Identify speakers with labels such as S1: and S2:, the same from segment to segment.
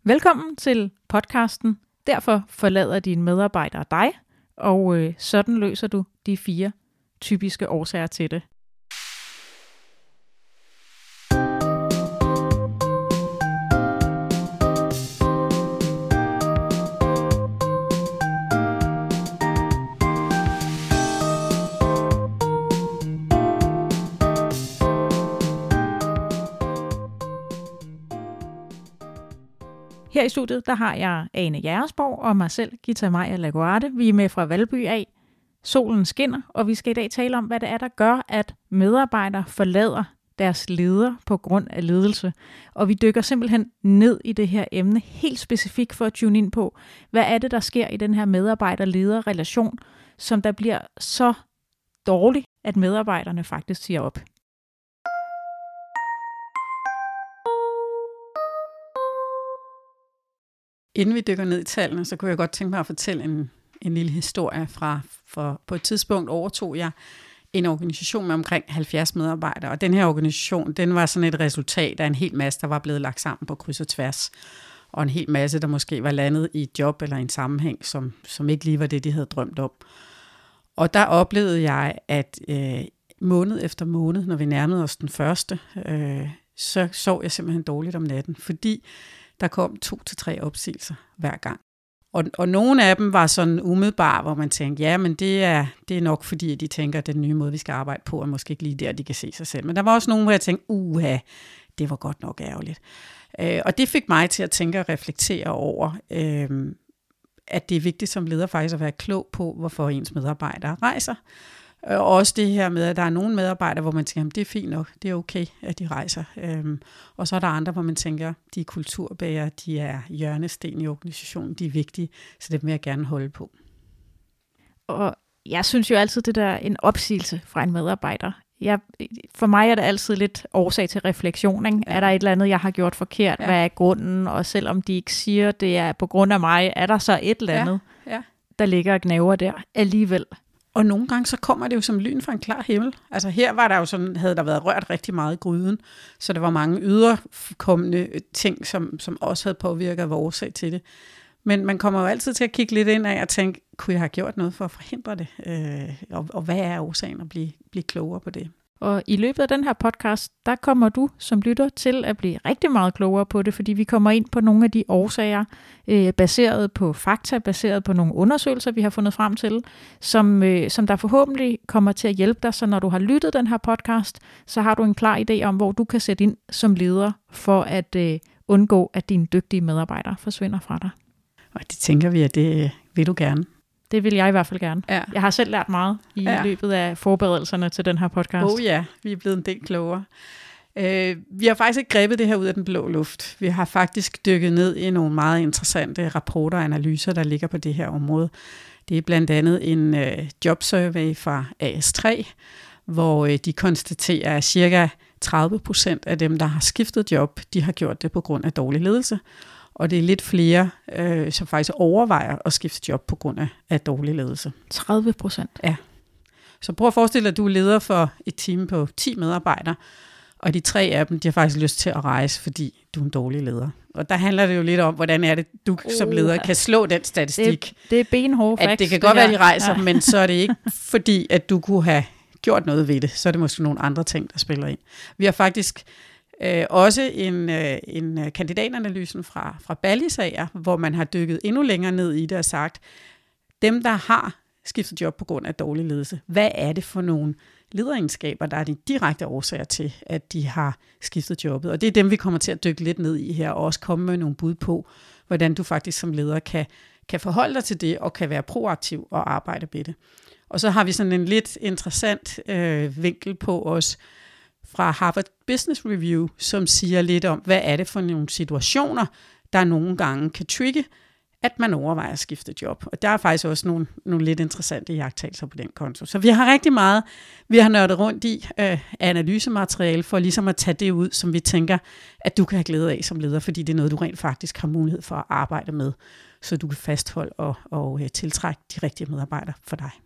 S1: Velkommen til podcasten. Derfor forlader dine medarbejdere dig, og sådan løser du de 4 typiske årsager til det. Her i studiet, der har jeg Ane Jægersborg og mig selv, Gita Maja Laguarte. Vi er med fra Valby af. Solen skinner, og vi skal i dag tale om, hvad det er, der gør, at medarbejdere forlader deres leder på grund af ledelse. Og vi dykker simpelthen ned i det her emne, helt specifikt for at tune ind på, hvad er det, der sker i den her medarbejder-leder-relation, som der bliver så dårlig, at medarbejderne faktisk siger op.
S2: Inden vi dykker ned i tallene, så kunne jeg godt tænke mig at fortælle en lille historie for på et tidspunkt overtog jeg en organisation med omkring 70 medarbejdere, og den her organisation, den var sådan et resultat af en hel masse, der var blevet lagt sammen på kryds og tværs, og en hel masse, der måske var landet i et job eller en sammenhæng, som ikke lige var det, de havde drømt om. Og der oplevede jeg, at måned efter måned, når vi nærmede os den første, så sov jeg simpelthen dårligt om natten, fordi der kom 2-3 opsigelser hver gang. Og nogle af dem var sådan umiddelbare, hvor man tænkte, ja, men det er nok fordi, at de tænker, at den nye måde, vi skal arbejde på, er måske ikke lige der, de kan se sig selv. Men der var også nogle, hvor jeg tænkte, det var godt nok ærgerligt. Og det fik mig til at tænke og reflektere over, at det er vigtigt som leder faktisk at være klog på, hvorfor ens medarbejdere rejser. Og også det her med, at der er nogle medarbejdere, hvor man tænker, det er fint nok, det er okay, at de rejser. Og så er der andre, hvor man tænker, de er kulturbærere, de er hjørnesten i organisationen, de er vigtige, så det vil jeg gerne holde på.
S1: Og jeg synes jo altid, det der er en opsigelse fra en medarbejder. For mig er det altid lidt årsag til refleksion. Ikke? Ja. Er der et eller andet, jeg har gjort forkert? Ja. Hvad er grunden? Og selvom de ikke siger, det er på grund af mig, er der så et eller andet, der ligger og gnaver der alligevel?
S2: Og nogle gange så kommer det jo som lyn fra en klar himmel. Altså her var der jo sådan, havde der været rørt rigtig meget i gryden, så der var mange yderkommende ting, som også havde påvirket vores årsag til det. Men man kommer jo altid til at kigge lidt ind af og tænke, kunne jeg have gjort noget for at forhindre det? Og hvad er årsagen at blive klogere på det?
S1: Og i løbet af den her podcast, der kommer du som lytter til at blive rigtig meget klogere på det, fordi vi kommer ind på nogle af de årsager, baseret på fakta, baseret på nogle undersøgelser, vi har fundet frem til, som der forhåbentlig kommer til at hjælpe dig. Så når du har lyttet den her podcast, så har du en klar idé om, hvor du kan sætte ind som leder for at undgå, at dine dygtige medarbejdere forsvinder fra dig.
S2: Og det tænker vi, at det vil du gerne.
S1: Det vil jeg i hvert fald gerne. Ja. Jeg har selv lært meget i løbet af forberedelserne til den her podcast.
S2: Vi er blevet en del klogere. Vi har faktisk ikke grebet det her ud af den blå luft. Vi har faktisk dykket ned i nogle meget interessante rapporter og analyser, der ligger på det her område. Det er blandt andet en jobsurvey fra AS3, hvor de konstaterer, at cirka 30% af dem, der har skiftet job, de har gjort det på grund af dårlig ledelse. Og det er lidt flere, som faktisk overvejer at skifte job på grund af dårlig ledelse.
S1: 30%?
S2: Ja. Så prøv at forestille dig, at du er leder for et team på 10 medarbejdere, og de 3 af dem, de har faktisk lyst til at rejse, fordi du er en dårlig leder. Og der handler det jo lidt om, hvordan er det, du som leder kan slå den statistik.
S1: Det er benhårde facts.
S2: At det kan godt være, at de rejser, men så er det ikke fordi, at du kunne have gjort noget ved det. Så er det måske nogle andre ting, der spiller ind. Vi har faktisk også en kandidatanalysen fra Ballisager, hvor man har dykket endnu længere ned i det og sagt, dem der har skiftet job på grund af dårlig ledelse, hvad er det for nogle lederegenskaber, der er de direkte årsager til, at de har skiftet jobbet? Og det er dem, vi kommer til at dykke lidt ned i her, og også komme med nogle bud på, hvordan du faktisk som leder kan forholde dig til det, og kan være proaktiv og arbejde med det. Og så har vi sådan en lidt interessant vinkel på os, fra Harvard Business Review, som siger lidt om, hvad er det for nogle situationer, der nogle gange kan trigge, at man overvejer at skifte job. Og der er faktisk også nogle lidt interessante iagttagelser på den konto. Så vi har rigtig meget, vi har nørdet rundt i analysemateriale, for ligesom at tage det ud, som vi tænker, at du kan have glæde af som leder, fordi det er noget, du rent faktisk har mulighed for at arbejde med, så du kan fastholde og tiltrække de rigtige medarbejdere for dig.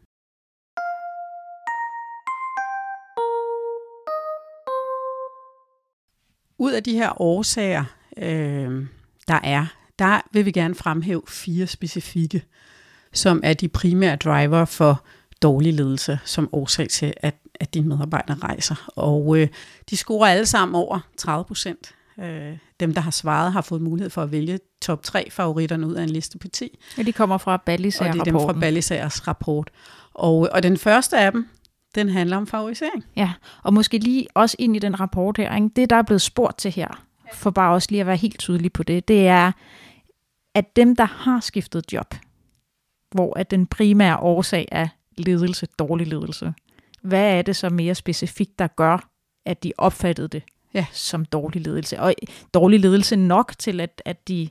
S2: Ud af de her årsager, der er der vil vi gerne fremhæve 4 specifikke, som er de primære driver for dårlig ledelse som årsag til, at dine medarbejdere rejser. Og de scorer alle sammen over 30%. Dem, der har svaret, har fået mulighed for at vælge top 3 favoritterne ud af en liste på 10.
S1: Ja, de kommer fra Ballisager-rapporten.
S2: Og det er dem fra Ballisagers rapport. Og den første af dem, den handler om favorisering.
S1: Ja, og måske lige også ind i den rapport her, ikke? Det, der er blevet spurgt til her, for bare også lige at være helt tydelig på det er, at dem, der har skiftet job, hvor at den primære årsag er ledelse, dårlig ledelse, hvad er det så mere specifikt, der gør, at de opfattede det som dårlig ledelse? Og dårlig ledelse nok til, at de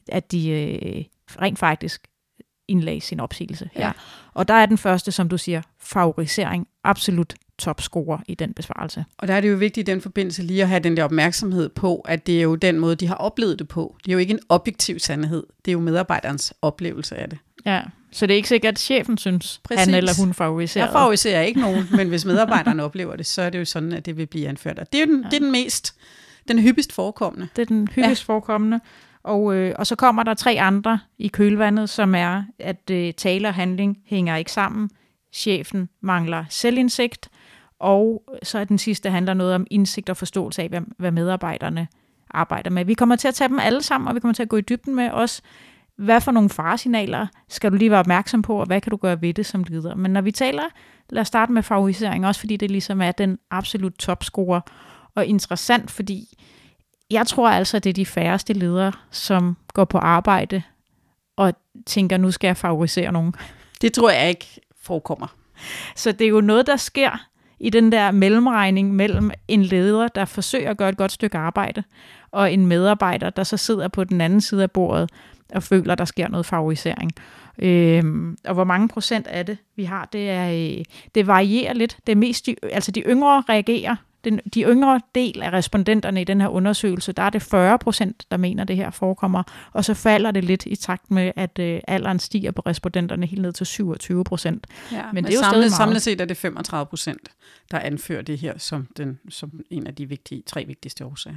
S1: rent faktisk indlagde sin opsigelse her. Ja. Og der er den første, som du siger, favorisering, absolut topscorer i den besvarelse.
S2: Og der er det jo vigtigt i den forbindelse lige at have den der opmærksomhed på, at det er jo den måde, de har oplevet det på. Det er jo ikke en objektiv sandhed. Det er jo medarbejderens oplevelse af det.
S1: Ja, så det er ikke sikkert, at chefen synes, han eller hun favoriserer.
S2: Jeg favoriserer ikke nogen, men hvis medarbejderne oplever det, så er det jo sådan, at det vil blive anført. Og det er jo den hyppigst forekommende.
S1: Det er den hyppigst forekommende. Og så kommer der 3 andre i kølvandet, som er, at tale og handling hænger ikke sammen. Chefen mangler selvindsigt. Og så er den sidste handler noget om indsigt og forståelse af, hvad medarbejderne arbejder med. Vi kommer til at tage dem alle sammen, og vi kommer til at gå i dybden med os. Hvad for nogle faresignaler skal du lige være opmærksom på, og hvad kan du gøre ved det som leder? Men når vi taler, lad os starte med favorisering, også fordi det ligesom er den absolut topscorer. Og interessant, fordi jeg tror altså, at det er de færreste ledere, som går på arbejde og tænker, nu skal jeg favorisere nogen.
S2: Det tror jeg ikke forekommer.
S1: Så det er jo noget, der sker i den der mellemregning mellem en leder, der forsøger at gøre et godt stykke arbejde, og en medarbejder, der så sidder på den anden side af bordet og føler, at der sker noget favorisering. Og hvor mange procent af det, vi har, det varierer lidt. Det er mest de yngre reagerer. De yngre del af respondenterne i den her undersøgelse, der er det 40%, der mener, det her forekommer, og så falder det lidt i takt med, at alderen stiger på respondenterne helt ned til 27%.
S2: Ja, men det er jo samlet set er det 35%, der anfører det her som en af de 3 vigtigste årsager.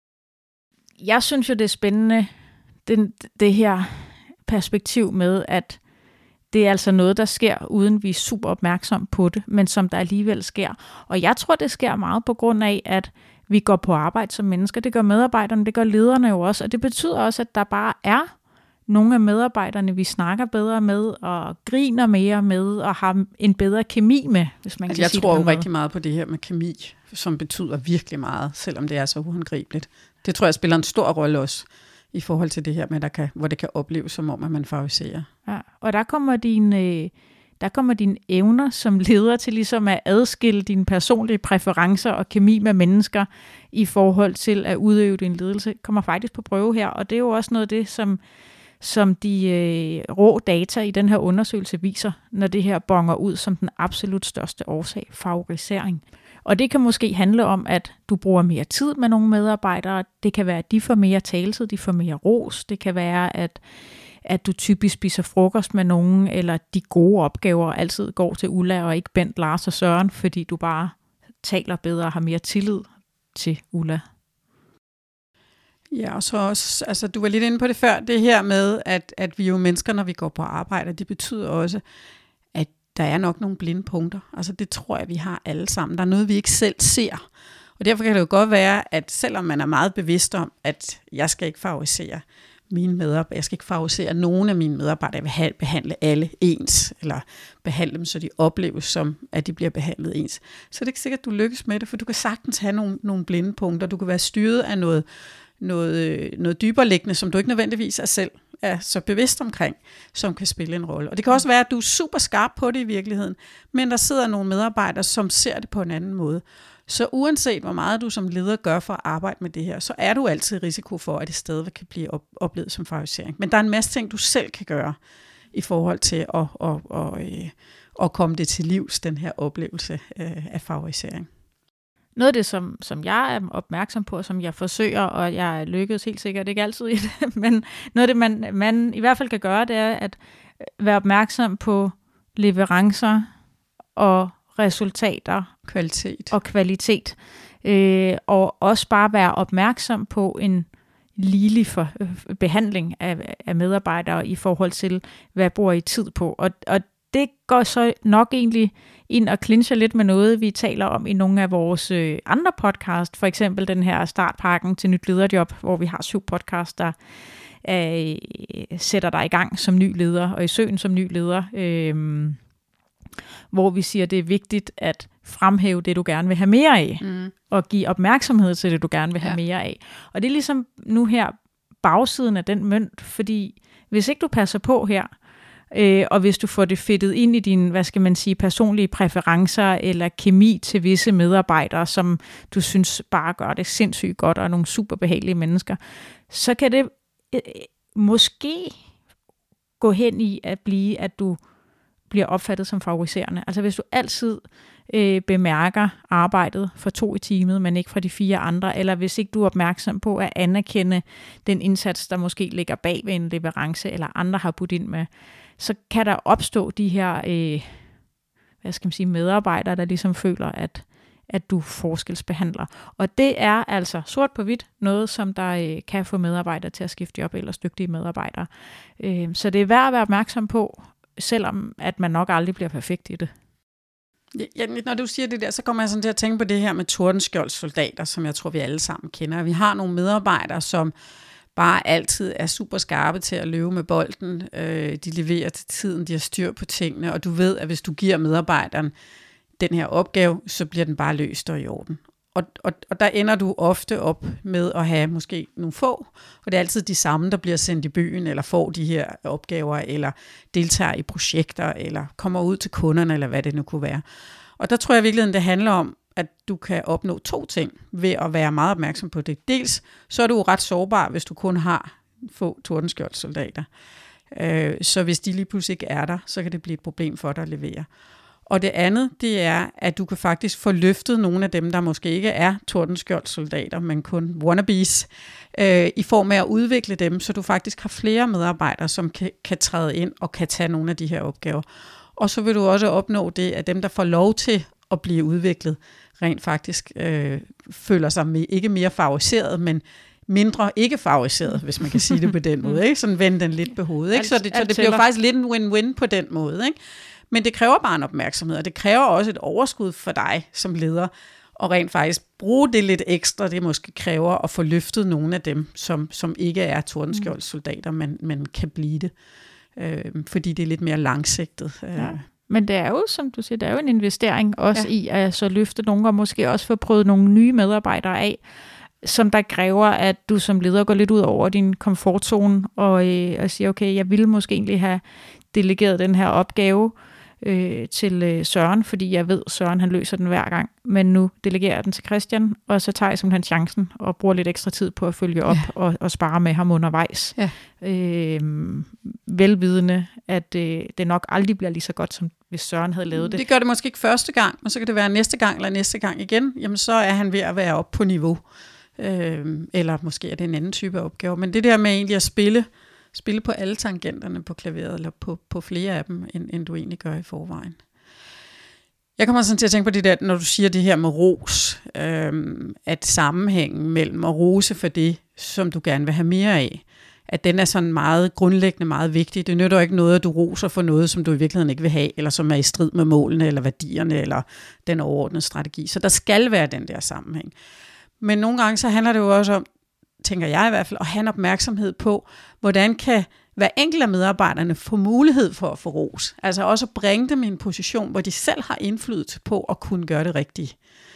S1: Jeg synes jo, det er spændende, det her perspektiv med, at det er altså noget, der sker, uden vi er super opmærksom på det, men som der alligevel sker. Og jeg tror, det sker meget på grund af, at vi går på arbejde som mennesker. Det gør medarbejderne, det gør lederne jo også. Og det betyder også, at der bare er nogle af medarbejderne, vi snakker bedre med, og griner mere med, og har en bedre kemi med, hvis man kan sige det.
S2: Jeg tror jo rigtig meget på det her med kemi, som betyder virkelig meget, selvom det er så uhåndgribeligt. Det tror jeg spiller en stor rolle også, i forhold til det her med, hvor det kan opleves som om, at man favoriserer.
S1: Ja, og der kommer dine evner som leder til ligesom at adskille dine personlige præferencer og kemi med mennesker i forhold til at udøve din ledelse, kommer faktisk på prøve her. Og det er jo også noget af det, som de rå data i den her undersøgelse viser, når det her bonger ud som den absolut største årsag, favorisering. Og det kan måske handle om, at du bruger mere tid med nogle medarbejdere. Det kan være, at de får mere taletid, de får mere ros. Det kan være, at du typisk spiser frokost med nogen, eller de gode opgaver altid går til Ulla og ikke Bent, Lars og Søren, fordi du bare taler bedre og har mere tillid til Ulla.
S2: Ja, og så også, altså du var lidt inde på det før, det her med, at vi jo mennesker, når vi går på arbejde, det betyder også, at der er nok nogle blinde punkter. Altså det tror jeg, vi har alle sammen. Der er noget, vi ikke selv ser. Og derfor kan det jo godt være, at selvom man er meget bevidst om, at jeg skal ikke favorisere mine medarbejdere, jeg skal ikke favorisere nogen af mine medarbejdere, jeg vil behandle alle ens, eller behandle dem, så de opleves som, at de bliver behandlet ens. Så er det ikke sikkert, at du lykkes med det, for du kan sagtens have nogle blinde punkter. Du kan være styret af noget dybere liggende, som du ikke nødvendigvis selv er så bevidst omkring, som kan spille en rolle. Og det kan også være, at du er super skarp på det i virkeligheden, men der sidder nogle medarbejdere, som ser det på en anden måde. Så uanset hvor meget du som leder gør for at arbejde med det her, så er du altid i risiko for, at det stadigvæk kan blive oplevet som favorisering. Men der er en masse ting, du selv kan gøre i forhold til at komme det til livs, den her oplevelse af favorisering.
S1: Noget af det, som jeg er opmærksom på, som jeg forsøger, og jeg lykkes helt sikkert ikke altid i det, men noget af det, man i hvert fald kan gøre, det er at være opmærksom på leverancer og resultater
S2: kvalitet.
S1: Og kvalitet. Og også bare være opmærksom på ligelig for behandling af medarbejdere i forhold til, hvad bruger I tid på. Og det går så nok egentlig ind og clincher lidt med noget, vi taler om i nogle af vores andre podcast. For eksempel den her startpakken til nyt lederjob, hvor vi har 7 podcasts, der sætter dig i gang som ny leder, og i søen som ny leder, hvor vi siger, at det er vigtigt at fremhæve det, du gerne vil have mere af, og give opmærksomhed til det, du gerne vil have mere af. Og det er ligesom nu her bagsiden af den mønt, fordi hvis ikke du passer på her, og hvis du får det fedtet ind i dine, hvad skal man sige, personlige præferencer eller kemi til visse medarbejdere, som du synes bare gør det sindssygt godt, og er nogle super behagelige mennesker, så kan det måske gå hen i at blive, at du bliver opfattet som favoriserende. Altså hvis du altid bemærker arbejdet for 2 i teamet, men ikke fra de 4 andre, eller hvis ikke du er opmærksom på at anerkende den indsats, der måske ligger bag ved en leverance, eller andre har budt ind med, så kan der opstå de her hvad skal man sige, medarbejdere, der ligesom føler, at du forskelsbehandler. Og det er altså sort på hvidt noget, som der kan få medarbejdere til at skifte job, eller dygtige medarbejdere. Så det er værd at være opmærksom på, selvom at man nok aldrig bliver perfekt i det.
S2: Ja, når du siger det der, så kommer jeg sådan til at tænke på det her med tordenskjoldsoldater, som jeg tror, vi alle sammen kender. Vi har nogle medarbejdere, som bare altid er super skarpe til at løbe med bolden. De leverer til tiden, de har styr på tingene, og du ved, at hvis du giver medarbejderen den her opgave, så bliver den bare løst og i orden. Og der ender du ofte op med at have måske nogle få, og det er altid de samme, der bliver sendt i byen, eller får de her opgaver, eller deltager i projekter, eller kommer ud til kunderne, eller hvad det nu kunne være. Og der tror jeg virkelig, det handler om, at du kan opnå 2 ting ved at være meget opmærksom på det. Dels så er du ret sårbar, hvis du kun har få tordenskjoldsoldater. Så hvis de lige pludselig ikke er der, så kan det blive et problem for dig at levere. Og det andet, det er, at du kan faktisk få løftet nogle af dem, der måske ikke er tordenskjoldsoldater, men kun wannabes, i form af at udvikle dem, så du faktisk har flere medarbejdere, som kan træde ind og kan tage nogle af de her opgaver. Og så vil du også opnå det, at dem, der får lov til at blive udviklet, rent faktisk føler sig ikke mere favoriseret, men mindre ikke favoriseret, hvis man kan sige det på den måde. Ikke? Sådan vende den lidt på hovedet. Ikke? Så det bliver faktisk lidt en win-win på den måde. Ikke? Men det kræver bare en opmærksomhed, og det kræver også et overskud for dig som leder, og rent faktisk bruge det lidt ekstra, det måske kræver at få løftet nogle af dem, som ikke er tordenskjoldsoldater, men kan blive det, fordi det er lidt mere langsigtet.
S1: Ja. Men det er jo, som du siger, det er jo en investering også i at så løfte nogle, og måske også få prøvet nogle nye medarbejdere af, som der kræver, at du som leder går lidt ud over din komfortzone, og siger, okay, jeg ville måske egentlig have delegeret den her opgave til Søren, fordi jeg ved, Søren han løser den hver gang, men nu delegerer jeg den til Christian, og så tager jeg simpelthen chancen og bruger lidt ekstra tid på at følge op og spare med ham undervejs. Ja. Velvidende, at det nok aldrig bliver lige så godt, som hvis Søren havde lavet det.
S2: Det gør det måske ikke første gang, men så kan det være næste gang eller næste gang igen. Jamen så er han ved at være oppe på niveau. Eller måske er det en anden type opgave. Men det der med egentlig at spille på alle tangenterne på klaveret, eller på flere af dem, end du egentlig gør i forvejen. Jeg kommer sådan til at tænke på det der, når du siger det her med ros, at sammenhængen mellem at rose for det, som du gerne vil have mere af, at den er sådan meget grundlæggende, meget vigtig. Det nytter ikke noget, at du roser for noget, som du i virkeligheden ikke vil have, eller som er i strid med målene, eller værdierne, eller den overordnede strategi. Så der skal være den der sammenhæng. Men nogle gange så handler det jo også om, tænker jeg i hvert fald, at have en opmærksomhed på, hvordan kan hver enkelt af medarbejderne få mulighed for at få ros. Altså også at bringe dem i en position, hvor de selv har indflydelse på at kunne gøre det rigtige.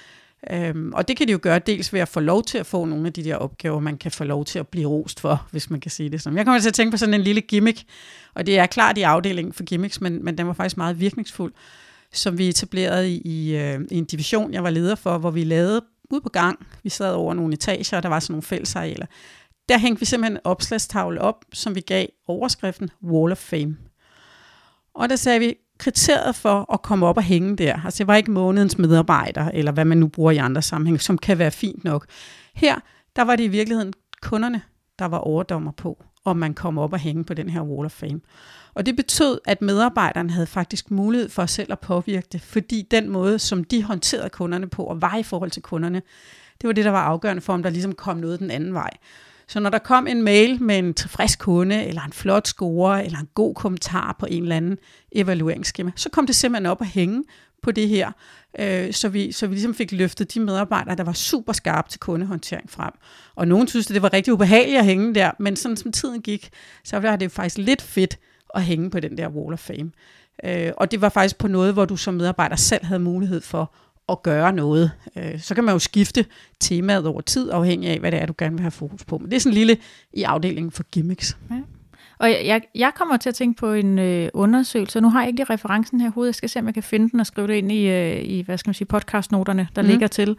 S2: Og det kan de jo gøre dels ved at få lov til at få nogle af de der opgaver, man kan få lov til at blive rost for, hvis man kan sige det sådan. Jeg kommer til at tænke på sådan en lille gimmick, og det er klart i afdelingen for gimmicks, men den var faktisk meget virkningsfuld, som vi etablerede i en division, jeg var leder for, hvor vi lavede ude på gang. Vi sad over nogle etager, og der var sådan nogle fællesarealer. Der hængte vi simpelthen en opslagstavle op, som vi gav overskriften Wall of Fame. Og der sagde vi, kriteriet for at komme op og hænge der, altså det var ikke månedens medarbejder, eller hvad man nu bruger i andre sammenhæng, som kan være fint nok. Her, der var det i virkeligheden kunderne, der var overdommer på, om man kom op og hænge på den her Wall of Fame. Og det betød, at medarbejderne havde faktisk mulighed for selv at påvirke det, fordi den måde, som de håndterede kunderne på, og var i forhold til kunderne, det var det, der var afgørende for, om der ligesom kom noget den anden vej. Så når der kom en mail med en tilfreds kunde, eller en flot score, eller en god kommentar på en eller anden evalueringsskema, så kom det simpelthen op at hænge på det her, så vi ligesom fik løftet de medarbejdere, der var super skarpe til kundehåndtering frem. Og nogen synes, at det var rigtig ubehageligt at hænge der, men sådan som tiden gik, så var det faktisk lidt fedt at hænge på den der Wall of Fame. Og det var faktisk på noget, hvor du som medarbejder selv havde mulighed for at gøre noget. Så kan man jo skifte temaet over tid, afhængig af, hvad det er, du gerne vil have fokus på. Men det er sådan en lille i afdelingen for gimmicks. Ja.
S1: Og jeg kommer til at tænke på en undersøgelse. Nu har jeg ikke lige referencen her i hovedet. Jeg skal se, om jeg kan finde den og skrive det ind i hvad skal man sige, podcastnoterne, der ligger til.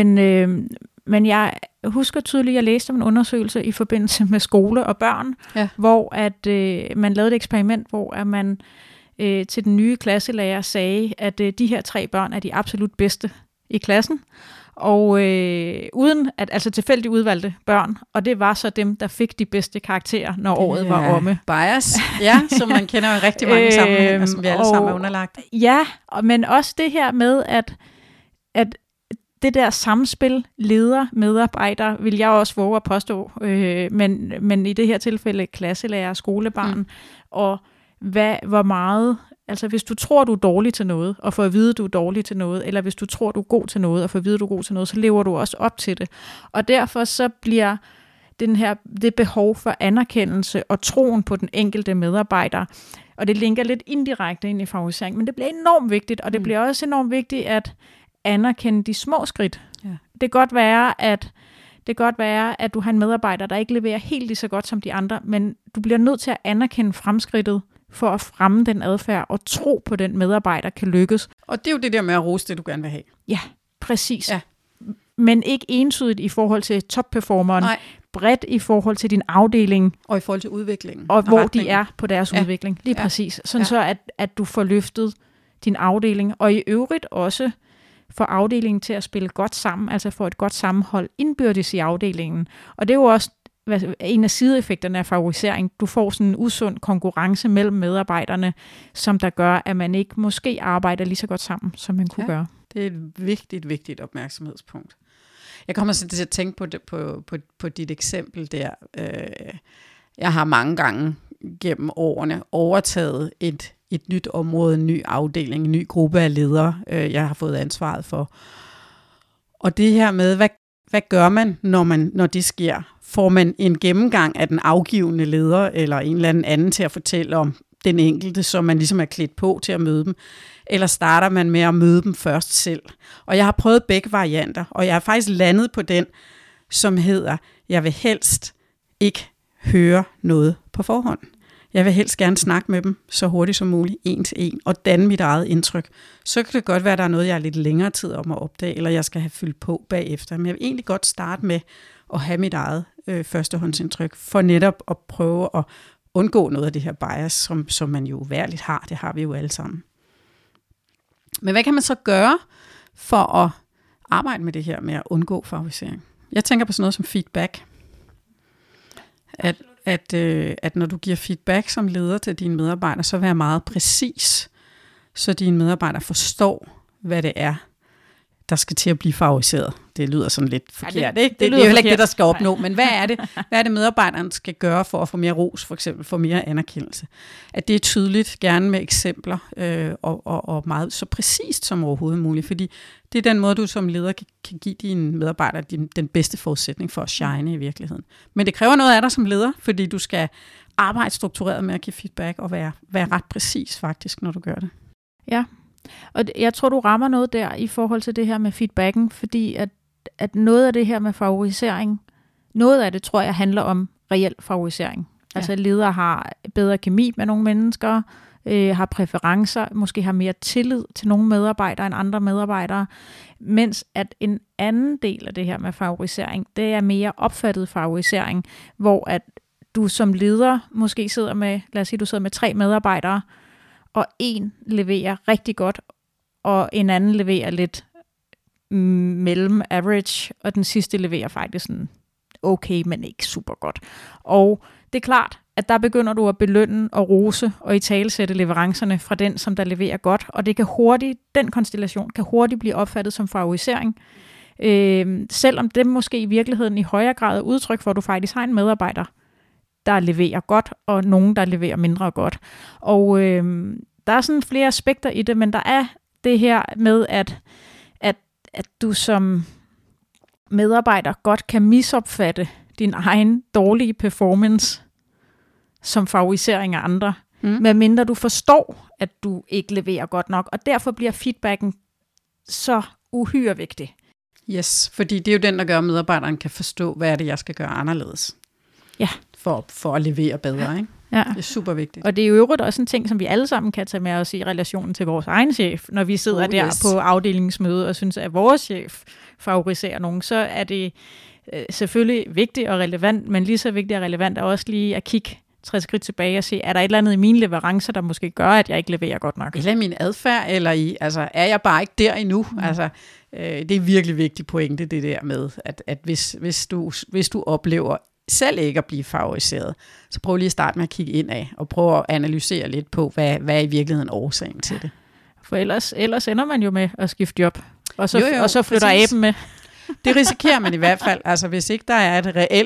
S1: Men jeg husker tydeligt, at jeg læste om en undersøgelse i forbindelse med skole og børn, hvor at man lavede et eksperiment, hvor at man til den nye klasselærer sagde, at de her 3 børn er de absolut bedste i klassen. Og uden at, altså tilfældigt udvalgte børn, og det var så dem, der fik de bedste karakterer, når året var omme.
S2: Bias, ja, som man kender jo rigtig mange sammenhænge, som vi alle sammen er underlagt.
S1: Ja, men også det her med, at det der samspil, leder, medarbejdere, vil jeg også våge at påstå, men i det her tilfælde klasselærer, skolebarn, og hvor meget. Altså hvis du tror, du er dårlig til noget, og får at vide, du er dårlig til noget, eller hvis du tror, du er god til noget, og får at vide, du er god til noget, så lever du også op til det. Og derfor så bliver det behov for anerkendelse og troen på den enkelte medarbejder, og det linker lidt indirekte ind i favorisering, men det bliver enormt vigtigt, og det bliver også enormt vigtigt at anerkende de små skridt. Ja. Det kan godt være, at du har en medarbejder, der ikke leverer helt lige så godt som de andre, men du bliver nødt til at anerkende fremskridtet, for at fremme den adfærd og tro på, den medarbejder kan lykkes.
S2: Og det er jo det der med at rose det, du gerne vil have.
S1: Ja, præcis. Ja. Men ikke entydigt i forhold til topperformeren, bredt i forhold til din afdeling.
S2: Og i forhold til udviklingen.
S1: Og hvor de er på deres udvikling. Lige præcis. Sådan så, at du får løftet din afdeling, og i øvrigt også får afdelingen til at spille godt sammen, altså få et godt sammenhold indbyrdes i afdelingen. Og det er jo også en af sideeffekterne af favorisering. Du får sådan en usund konkurrence mellem medarbejderne, som der gør, at man ikke måske arbejder lige så godt sammen, som man kunne gøre.
S2: Det er et vigtigt opmærksomhedspunkt. Jeg kommer til at tænke på dit eksempel der. Jeg har mange gange gennem årene overtaget et nyt område, en ny afdeling, en ny gruppe af ledere, jeg har fået ansvaret for. Og det her med, hvad gør man, når det sker? Får man en gennemgang af den afgivende leder, eller en eller anden til at fortælle om den enkelte, som man ligesom er klædt på til at møde dem? Eller starter man med at møde dem først selv? Og jeg har prøvet begge varianter, og jeg har faktisk landet på den, som hedder, jeg vil helst ikke høre noget på forhånd. Jeg vil helst gerne snakke med dem så hurtigt som muligt, 1 til 1, og danne mit eget indtryk. Så kan det godt være, at der er noget, jeg er lidt længere tid om at opdage, eller jeg skal have fyldt på bagefter. Men jeg vil egentlig godt starte med at have mit eget førstehåndsindtryk, for netop at prøve at undgå noget af det her bias, som man jo værligt har. Det har vi jo alle sammen. Men hvad kan man så gøre for at arbejde med det her med at undgå favorisering? Jeg tænker på sådan noget som feedback. At når du giver feedback som leder til dine medarbejdere, så vær meget præcis, så dine medarbejdere forstår, hvad det er, der skal til at blive favoriseret. Det lyder sådan lidt forkert, ikke? Det er jo heller ikke det, der skal opnå, men hvad er det medarbejderne skal gøre for at få mere ros, for eksempel, få mere anerkendelse? At det er tydeligt, gerne med eksempler, og meget så præcist som overhovedet muligt, fordi det er den måde, du som leder kan give dine medarbejdere den bedste forudsætning for at shine i virkeligheden. Men det kræver noget af dig som leder, fordi du skal arbejde struktureret med at give feedback, og være ret præcis faktisk, når du gør det.
S1: Ja. Og jeg tror, du rammer noget der i forhold til det her med feedbacken, fordi at noget af det her med favorisering, noget af det tror jeg handler om reel favorisering. Ja. Altså ledere har bedre kemi med nogle mennesker, har præferencer, måske har mere tillid til nogle medarbejdere end andre medarbejdere, mens at en anden del af det her med favorisering, det er mere opfattet favorisering, hvor at du som leder måske sidder med, lad os sige, du sidder med 3 medarbejdere, og en leverer rigtig godt, og en anden leverer lidt mellem average, og den sidste leverer faktisk sådan okay, men ikke super godt. Og det er klart, at der begynder du at belønne og rose og italesætte leverancerne fra den, som der leverer godt, og det kan hurtigt, den konstellation kan hurtigt blive opfattet som favorisering, Selvom det måske i virkeligheden i højere grad er udtryk for, at du faktisk har en medarbejder, der leverer godt, og nogen, der leverer mindre godt. Og der er sådan flere aspekter i det, men der er det her med, at du som medarbejder godt kan misopfatte din egen dårlige performance som favorisering af andre, medmindre du forstår, at du ikke leverer godt nok, og derfor bliver feedbacken så uhyre vigtig.
S2: Yes, fordi det er jo den, der gør, at medarbejderen kan forstå, hvad er det, jeg skal gøre anderledes.
S1: Ja.
S2: For at levere bedre, ikke?
S1: Ja.
S2: Det er super vigtigt.
S1: Og det er jo øvrigt også en ting, som vi alle sammen kan tage med os i relationen til vores egen chef. Når vi sidder der på afdelingsmøde og synes, at vores chef favoriserer nogen, så er det selvfølgelig vigtigt og relevant, men lige så vigtigt og relevant er også lige at kigge 60 skridt tilbage og se, er der et eller andet i mine leverancer, der måske gør, at jeg ikke leverer godt nok?
S2: Eller min adfærd, eller er jeg bare ikke der endnu? Altså, det er virkelig vigtigt pointe, det der med, at hvis du oplever selv ikke at blive favoriseret, så prøv lige at starte med at kigge indad, og prøv at analysere lidt på, hvad er i virkeligheden årsagen til det.
S1: For ellers ender man jo med at skifte job, og så flytter aben med.
S2: Det risikerer man i hvert fald, altså hvis ikke der er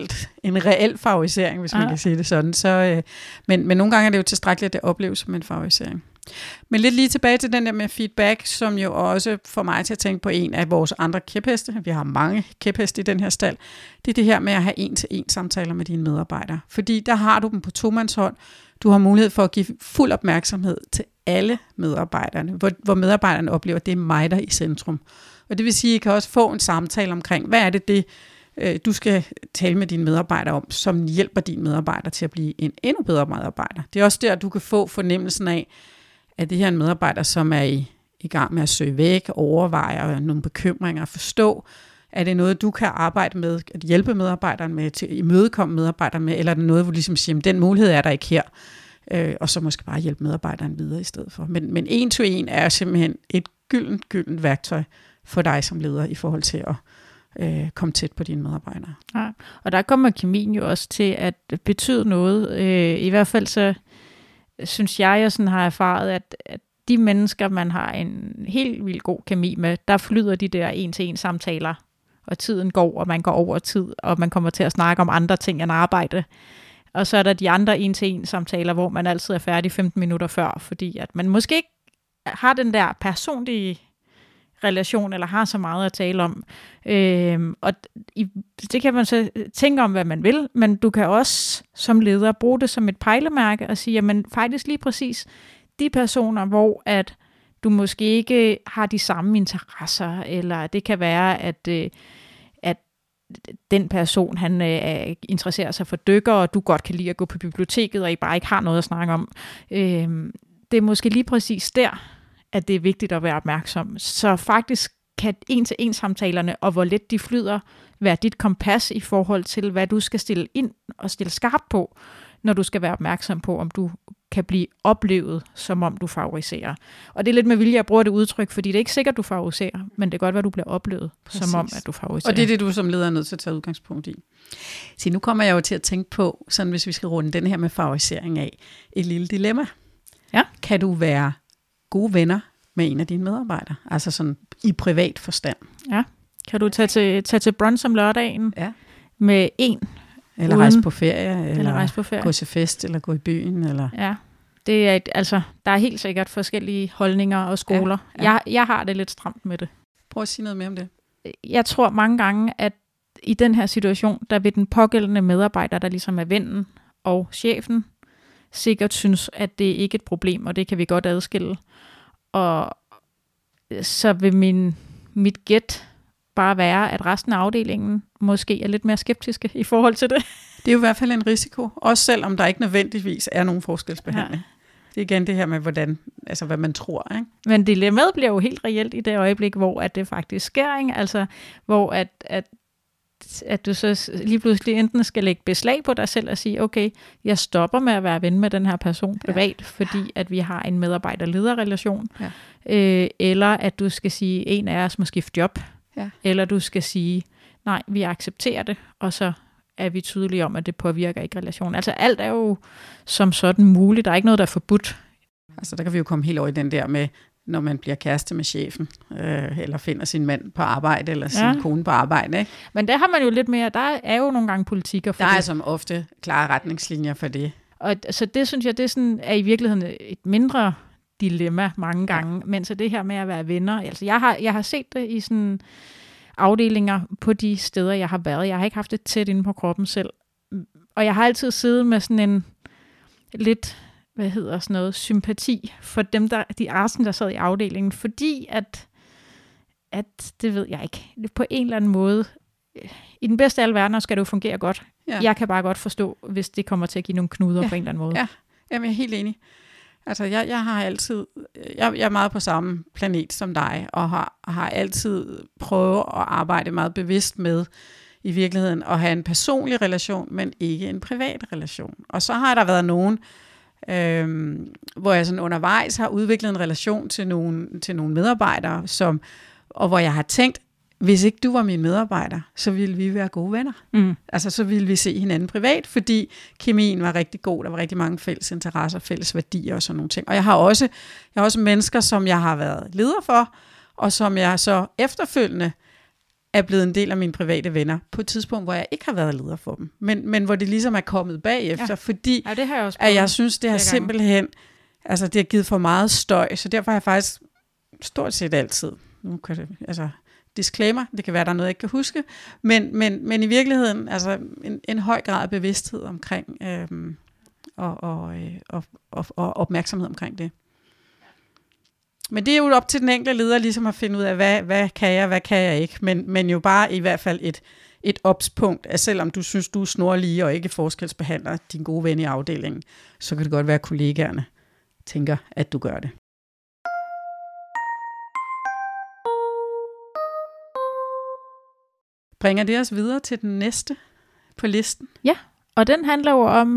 S2: en reel favorisering, hvis man kan sige det sådan. Så, men nogle gange er det jo tilstrækkeligt, at det opleves som en favorisering. Men lidt lige tilbage til den der med feedback, som jo også får mig til at tænke på en af vores andre kæpheste. Vi har mange kæpheste i den her stald. Det er det her med at have 1-til-1 samtaler med dine medarbejdere. Fordi der har du dem på tomandshånd. Du har mulighed for at give fuld opmærksomhed til alle medarbejderne, hvor medarbejderne oplever, at det er mig, der er i centrum. Og det vil sige, at I kan også få en samtale omkring, hvad er det, du skal tale med dine medarbejdere om, som hjælper dine medarbejdere til at blive en endnu bedre medarbejder. Det er også der, du kan få fornemmelsen af, at det her er en medarbejder, som er i gang med at søge væk, overveje nogle bekymringer, forstå, er det noget, du kan arbejde med, at hjælpe medarbejderen med, til at imødekomme medarbejderen med, eller er det noget, hvor du ligesom siger, den mulighed er der ikke her, og så måske bare hjælpe medarbejderen videre i stedet for. Men 1-til-1 er simpelthen et gyldent værktøj for dig som leder i forhold til at komme tæt på dine medarbejdere.
S1: Ja, og der kommer kemien jo også til at betyde noget. I hvert fald så synes jeg sådan har erfaret, at de mennesker, man har en helt vildt god kemi med, der flyder de der 1-til-1 samtaler, og tiden går, og man går over tid, og man kommer til at snakke om andre ting end arbejde. Og så er der de andre 1-til-1 samtaler, hvor man altid er færdig 15 minutter før, fordi at man måske ikke har den der personlige relation, eller har så meget at tale om. Og det kan man så tænke om, hvad man vil, men du kan også som leder bruge det som et pejlemærke og sige, jamen faktisk lige præcis de personer, hvor at du måske ikke har de samme interesser, eller det kan være, at den person, han interesserer sig for dykker, og du godt kan lide at gå på biblioteket, og I bare ikke har noget at snakke om. Det er måske lige præcis der, at det er vigtigt at være opmærksom. Så faktisk kan 1-til-1 samtalerne, og hvor let de flyder, være dit kompas i forhold til, hvad du skal stille ind og stille skarpt på, når du skal være opmærksom på, om du kan blive oplevet, som om du favoriserer. Og det er lidt med vilje, at bruge det udtryk, fordi det er ikke sikkert, du favoriserer, men det er godt, hvad du bliver oplevet, som om, at du favoriserer.
S2: Og det er det, du som leder er nødt til at tage udgangspunkt i. Så nu kommer jeg jo til at tænke på, sådan hvis vi skal runde den her med favorisering af, et lille dilemma.
S1: Ja.
S2: Kan du være gode venner med en af dine medarbejdere? Altså sådan i privat forstand.
S1: Ja. Kan du tage til brunch om lørdagen med en?
S2: Eller rejse på ferie, eller
S1: rejse på ferie.
S2: Gå til fest, eller gå i byen. Eller...
S1: Ja, det er der er helt sikkert forskellige holdninger og skoler. Ja. Jeg har det lidt stramt med det.
S2: Prøv at sige noget mere om det.
S1: Jeg tror mange gange, at i den her situation, der vil den pågældende medarbejder, der ligesom er vennen og chefen, sikkert synes, at det ikke er et problem, og det kan vi godt adskille. Og så vil mit gæt bare være, at resten af afdelingen måske er lidt mere skeptiske i forhold til det.
S2: Det er jo i hvert fald en risiko, også selvom der ikke nødvendigvis er nogen forskelsbehandling. Ja. Det er igen det her med, hvad man tror. Ikke?
S1: Men dilemmaet bliver jo helt reelt i det øjeblik, hvor at det faktisk sker, ikke? Altså hvor at du så lige pludselig enten skal lægge beslag på dig selv og sige, okay, jeg stopper med at være ven med den her person privat, fordi at vi har en medarbejder-leder-relation, eller at du skal sige, en af os må skifte job, eller du skal sige, nej, vi accepterer det, og så er vi tydelige om, at det påvirker ikke relationen. Altså alt er jo som sådan muligt, der er ikke noget, der er forbudt.
S2: Altså der kan vi jo komme helt over i den der med, når man bliver kæreste med chefen, eller finder sin mand på arbejde, eller sin kone på arbejde. Ikke?
S1: Men der har man jo lidt mere, der er jo nogle gange politikker for
S2: der er som ofte klare retningslinjer for det.
S1: Og så det synes jeg, det er i virkeligheden et mindre dilemma mange gange, mens det her med at være venner, altså jeg har set det i sådan afdelinger på de steder, jeg har været. Jeg har ikke haft det tæt inde på kroppen selv. Og jeg har altid siddet med sådan en lidt, sympati for dem, de arsen, der sad i afdelingen, fordi at det ved jeg ikke, på en eller anden måde, i den bedste af alle verdener skal det jo fungere godt. Ja. Jeg kan bare godt forstå, hvis det kommer til at give nogle knuder på en eller anden måde.
S2: Ja, jamen, jeg er helt enig. Altså, jeg har altid, jeg er meget på samme planet som dig, og har altid prøvet at arbejde meget bevidst med, i virkeligheden, at have en personlig relation, men ikke en privat relation. Og så har der været nogen, hvor jeg sådan undervejs har udviklet en relation til nogle medarbejdere, og hvor jeg har tænkt, hvis ikke du var min medarbejder, så ville vi være gode venner. Altså, så ville vi se hinanden privat, fordi kemien var rigtig god, der var rigtig mange fælles interesser, fælles værdier og sådan nogle ting. Og jeg har også mennesker, som jeg har været leder for, og som jeg så efterfølgende er blevet en del af mine private venner, på et tidspunkt, hvor jeg ikke har været leder for dem. Men hvor det ligesom er kommet bagefter, fordi
S1: det har jeg også
S2: at jeg synes, det har simpelthen, altså det har givet for meget støj, så derfor har jeg faktisk stort set altid, nu kan det, altså disclaimer, det kan være, der er noget, jeg ikke kan huske, men i virkeligheden, altså en høj grad af bevidsthed omkring, og opmærksomhed omkring det. Men det er jo op til den enkelte leder ligesom at finde ud af, hvad kan jeg, hvad kan jeg ikke. Men jo bare i hvert fald et obspunkt, at selvom du synes, du er snorlige og ikke forskelsbehandler din gode ven i afdelingen, så kan det godt være, at kollegaerne tænker, at du gør det. Bringer det os videre til den næste på listen?
S1: Ja, og den handler jo om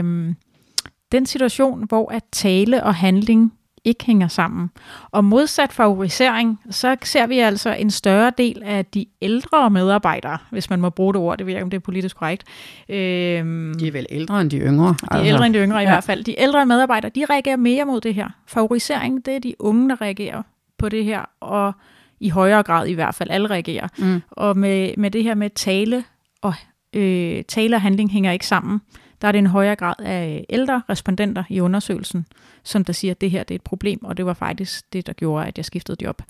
S1: den situation, hvor at tale og handling ikke hænger sammen. Og modsat favorisering, så ser vi altså en større del af de ældre medarbejdere, hvis man må bruge det ord, det ved jeg ikke, om det er politisk korrekt.
S2: De er vel ældre end de yngre.
S1: Ældre end de yngre i hvert fald. De ældre medarbejdere, de reagerer mere mod det her. Favorisering, det er de unge, der reagerer på det her, og i højere grad i hvert fald alle reagerer. Og med det her med tale og handling hænger ikke sammen. Der er det en højere grad af ældre respondenter i undersøgelsen, som der siger, at det her det er et problem, og det var faktisk det, der gjorde, at jeg skiftede job.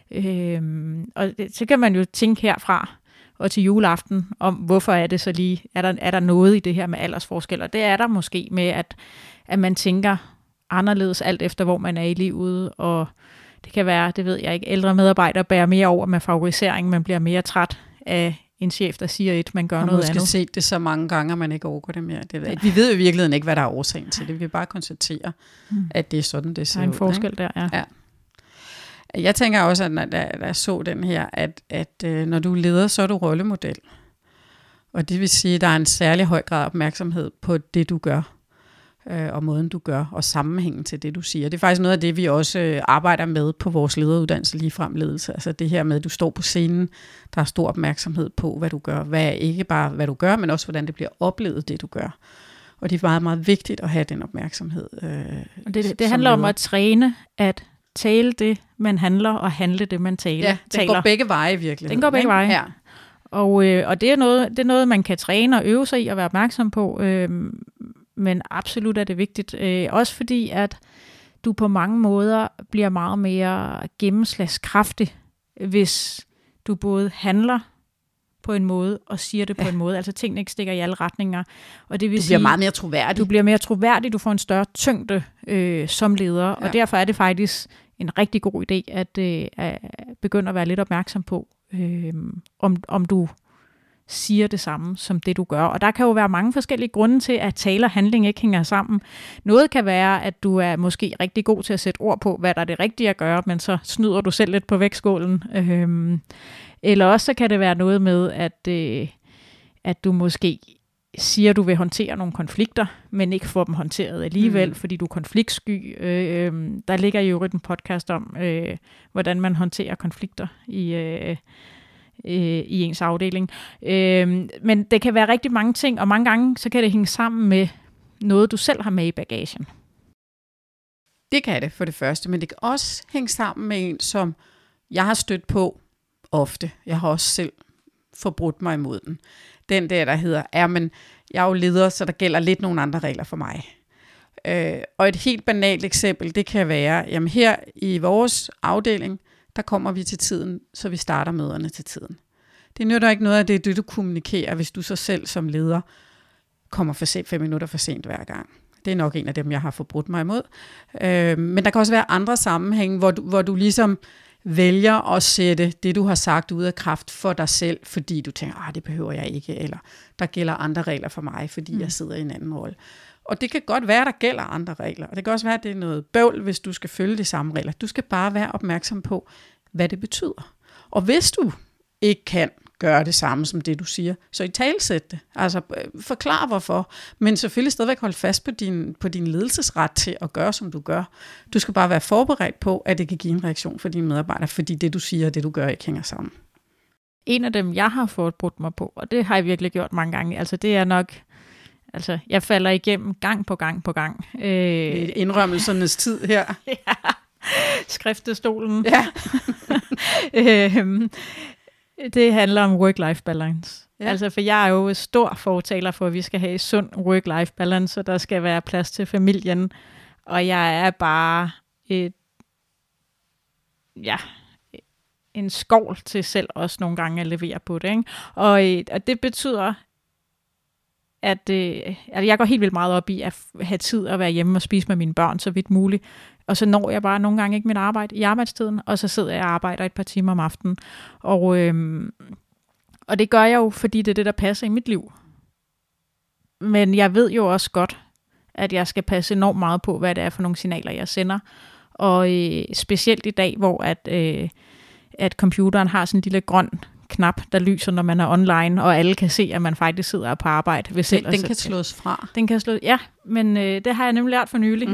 S1: Og så kan man jo tænke herfra og til juleaften om, hvorfor er det så lige, er der noget i det her med aldersforskel, og det er der måske med, at man tænker anderledes alt efter, hvor man er i livet, og det kan være, det ved jeg ikke, ældre medarbejdere bærer mere over med favorisering, man bliver mere træt af en chef, der siger et, man gør noget andet.
S2: Man måske set det så mange gange, at man ikke overgår det mere. Vi ved jo i virkeligheden ikke, hvad der er årsagen til det. Vi vil bare konstatere, at det er sådan, det ser ud.
S1: Der er en forskel der, ja.
S2: Jeg tænker også, at da jeg så den her, at når du er leder, så er du rollemodel. Og det vil sige, at der er en særlig høj grad af opmærksomhed på det, du gør, og måden, du gør, og sammenhængen til det, du siger. Det er faktisk noget af det, vi også arbejder med på vores lederuddannelse ligefrem ledelse. Altså det her med, at du står på scenen, der er stor opmærksomhed på, hvad du gør. Ikke bare, hvad du gør, men også, hvordan det bliver oplevet, det du gør. Og det er meget, meget vigtigt at have den opmærksomhed.
S1: Det handler om at træne, at tale det, man handler, og handle det, man taler.
S2: Ja, det går begge veje i virkeligheden.
S1: Den går begge veje.
S2: Ja.
S1: Og det er noget, man kan træne og øve sig i og være opmærksom på, men absolut er det vigtigt. Også fordi, at du på mange måder bliver meget mere gennemslagskraftig, hvis du både handler på en måde og siger det på en måde. Altså tingene ikke stikker i alle retninger. Og det vil
S2: bliver meget mere troværdig.
S1: Du bliver mere troværdig, du får en større tyngde som leder, og derfor er det faktisk en rigtig god idé at begynde at være lidt opmærksom på, om du siger det samme som det, du gør. Og der kan jo være mange forskellige grunde til, at tale og handling ikke hænger sammen. Noget kan være, at du er måske rigtig god til at sætte ord på, hvad der er det rigtige at gøre, men så snyder du selv lidt på vægtskålen. Eller også så kan det være noget med, at du måske siger, at du vil håndtere nogle konflikter, men ikke får dem håndteret alligevel, fordi du er konfliktsky. Der ligger jo en podcast om, hvordan man håndterer konflikter i ens afdeling. Men det kan være rigtig mange ting, og mange gange så kan det hænge sammen med noget, du selv har med i bagagen.
S2: Det kan det for det første, men det kan også hænge sammen med en, som jeg har stødt på ofte. Jeg har også selv forbrudt mig imod den. Den der hedder, men jeg er jo leder, så der gælder lidt nogle andre regler for mig. Og et helt banalt eksempel, det kan være, jamen her i vores afdeling, der kommer vi til tiden, så vi starter møderne til tiden. Det nytter ikke noget af det, du kommunikerer, hvis du så selv som leder kommer for sent 5 minutter for sent hver gang. Det er nok en af dem, jeg har forbrudt mig imod. Men der kan også være andre sammenhænge, hvor du ligesom vælger at sætte det, du har sagt ud af kraft for dig selv, fordi du tænker, det behøver jeg ikke, eller der gælder andre regler for mig, fordi jeg sidder i en anden rolle. Og det kan godt være, der gælder andre regler, og det kan også være, at det er noget bøvl, hvis du skal følge de samme regler. Du skal bare være opmærksom på, hvad det betyder. Og hvis du ikke kan gøre det samme som det, du siger, så italesæt det. Altså forklar hvorfor, men selvfølgelig stadigvæk holde fast på din ledelsesret til at gøre, som du gør. Du skal bare være forberedt på, at det kan give en reaktion for dine medarbejdere, fordi det, du siger og det, du gør, ikke hænger sammen.
S1: En af dem, jeg har forbrudt mig på, og det har jeg virkelig gjort mange gange, altså det er nok, altså jeg falder igennem gang på gang på gang.
S2: Indrømmelsernes tid her.
S1: Ja, skriftestolen.
S2: Ja.
S1: Det handler om work-life balance.
S2: Ja.
S1: Altså, for jeg er jo stor fortaler for, at vi skal have sund work-life balance, og der skal være plads til familien. Og jeg er bare en skovl til selv også nogle gange at levere på det. Ikke? Og det betyder, at jeg går helt vildt meget op i at have tid at være hjemme og spise med mine børn så vidt muligt. Og så når jeg bare nogle gange ikke mit arbejde i arbejdstiden, og så sidder jeg og arbejder et par timer om aftenen. Og det gør jeg jo, fordi det er det, der passer i mit liv. Men jeg ved jo også godt, at jeg skal passe enormt meget på, hvad det er for nogle signaler, jeg sender. Og specielt i dag, hvor at computeren har sådan en lille grøn knap, der lyser, når man er online, og alle kan se, at man faktisk sidder på arbejde.
S2: Den kan slås fra.
S1: Den kan slås, ja, men det har jeg nemlig lært for nylig.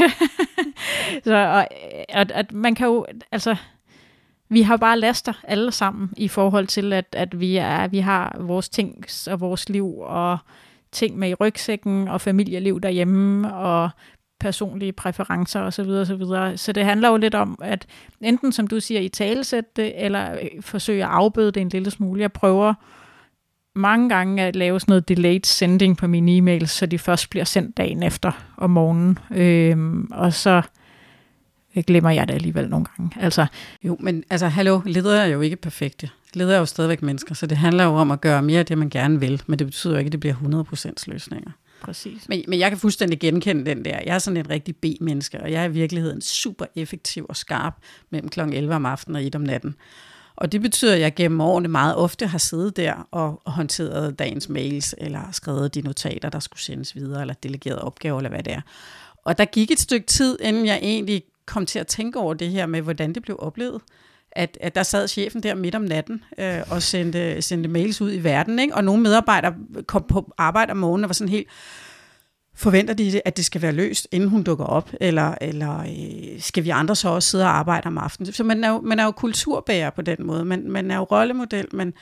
S1: Så at man kan jo, altså, vi har bare laster alle sammen i forhold til, at vi har vores ting og vores liv, og ting med i rygsækken, og familieliv derhjemme, og personlige præferencer osv. osv. Så det handler jo lidt om, at enten, som du siger, italesætte det, eller forsøge at afbøde det en lille smule. Jeg prøver mange gange at lave sådan noget delayed sending på mine e-mails, så de først bliver sendt dagen efter om morgenen. Og så glemmer jeg det alligevel nogle gange. Altså,
S2: jo, men altså, hallo, ledere er jo ikke perfekte. Ledere er jo stadigvæk mennesker, så det handler jo om at gøre mere af det, man gerne vil, men det betyder jo ikke, at det bliver 100% løsninger.
S1: Præcis.
S2: Men jeg kan fuldstændig genkende den der. Jeg er sådan et rigtig B-menneske, og jeg er i virkeligheden super effektiv og skarp mellem kl. 11 om aftenen og 1 om natten. Og det betyder, at jeg gennem årene meget ofte har siddet der og håndteret dagens mails, eller skrevet de notater, der skulle sendes videre, eller delegeret opgaver, eller hvad det er. Og der gik et stykke tid, inden jeg egentlig kom til at tænke over det her med, hvordan det blev oplevet. At der sad chefen der midt om natten og sendte mails ud i verden, ikke? Og nogle medarbejdere kom på arbejde om morgenen og var sådan helt, forventer de, at det skal være løst, inden hun dukker op, eller skal vi andre så også sidde og arbejde om aftenen? Så man er jo kulturbærer på den måde, man er jo rollemodel,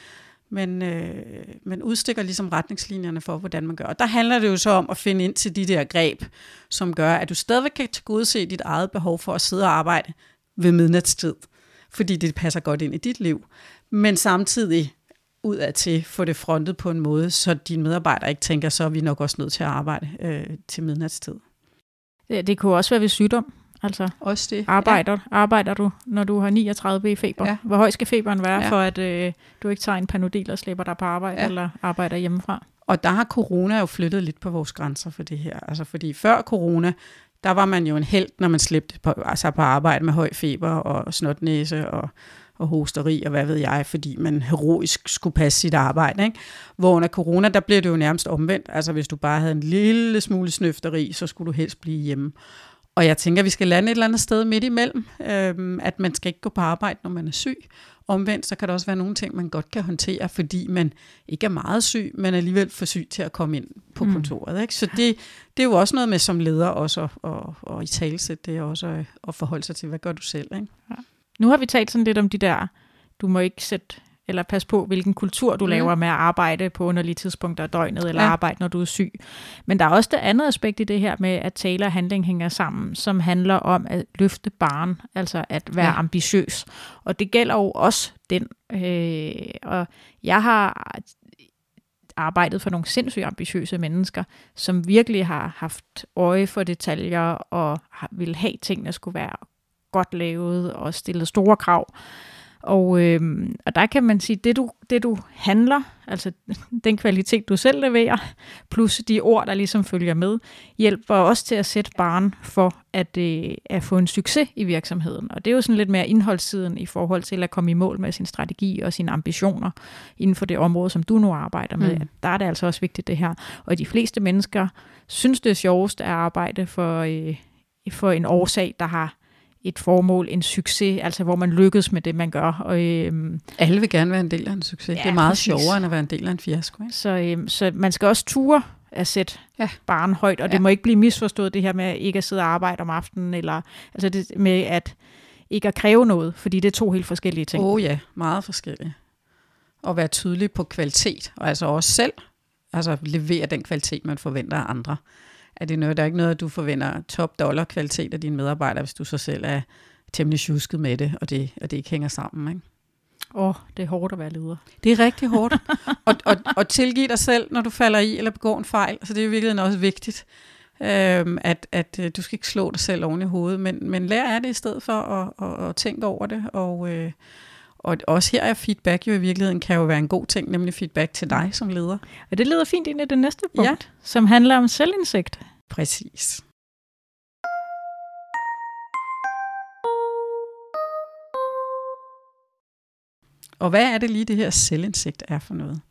S2: men udstikker ligesom retningslinjerne for, hvordan man gør. Og der handler det jo så om at finde ind til de der greb, som gør, at du stadigvæk kan tilgodese dit eget behov for at sidde og arbejde ved midnatstid, fordi det passer godt ind i dit liv, men samtidig udadtil få det frontet på en måde, så dine medarbejdere ikke tænker, så er vi nok også nødt til at arbejde til midnatstid.
S1: Det kunne også være ved sygdom. Altså,
S2: også det.
S1: Arbejder du, når du har 39 i feber? Ja. Hvor høj skal feberen være, for at du ikke tager en Panodil og slæber dig på arbejde, eller arbejder hjemmefra? Og
S2: der har corona jo flyttet lidt på vores grænser for det her. Altså, fordi før corona, der var man jo en helt, når man slæbte på arbejde med høj feber og snotnæse og hosteri og hvad ved jeg, fordi man heroisk skulle passe sit arbejde. Ikke? Hvor under corona, der blev det jo nærmest omvendt. Altså hvis du bare havde en lille smule snøfteri, så skulle du helst blive hjemme. Og jeg tænker, at vi skal lande et eller andet sted midt imellem, at man skal ikke gå på arbejde, når man er syg. Omvendt, så kan der også være nogle ting, man godt kan håndtere, fordi man ikke er meget syg, men alligevel for syg til at komme ind på kontoret. Ikke? Så det er jo også noget med som leder også at italesætte det, også at forholde sig til, hvad gør du selv? Ikke?
S1: Ja. Nu har vi talt sådan lidt om de der, du må ikke sætte eller pas på, hvilken kultur du laver med at arbejde på underlige tidspunkter af døgnet, eller arbejde, når du er syg. Men der er også det andet aspekt i det her med, at tale og handling hænger sammen, som handler om at løfte barren, altså at være ambitiøs. Og det gælder jo også den. Og jeg har arbejdet for nogle sindssygt ambitiøse mennesker, som virkelig har haft øje for detaljer, og ville have tingene skulle være godt lavet, og stillet store krav. Og der kan man sige, det du handler, altså den kvalitet, du selv leverer, plus de ord, der ligesom følger med, hjælper også til at sætte barren for at få en succes i virksomheden. Og det er jo sådan lidt mere indholdssiden i forhold til at komme i mål med sin strategi og sine ambitioner inden for det område, som du nu arbejder med. Der er det altså også vigtigt det her. Og de fleste mennesker synes, det er sjovest at arbejde for en årsag, der har et formål, en succes, altså hvor man lykkes med det, man gør. Og,
S2: alle vil gerne være en del af en succes. Det er meget sjovere, end at være en del af en fiasko. Ikke?
S1: Så man skal også ture at sætte barren højt, og det må ikke blive misforstået, det her med ikke at sidde og arbejde om aftenen, eller altså det med at ikke at kræve noget, fordi det er 2 helt forskellige ting.
S2: Ja, meget forskellige. Og være tydelig på kvalitet, og altså også selv altså levere den kvalitet, man forventer af andre. Der er ikke noget, at du forventer top dollar kvalitet af dine medarbejdere, hvis du så selv er temmelig sjusket med det, og det ikke hænger sammen. Ikke?
S1: Det er hårdt at være leder.
S2: Det er rigtig hårdt. og tilgive dig selv, når du falder i eller begår en fejl. Altså det er jo virkelig også vigtigt, at du skal ikke slå dig selv oven i hovedet, men lær af det i stedet for at tænke over det. Og også her er feedback jo i virkeligheden kan jo være en god ting, nemlig feedback til dig som leder.
S1: Og det leder fint ind i det næste punkt, som handler om selvindsigt.
S2: Præcis. Og hvad er det lige, det her selvindsigt er for noget?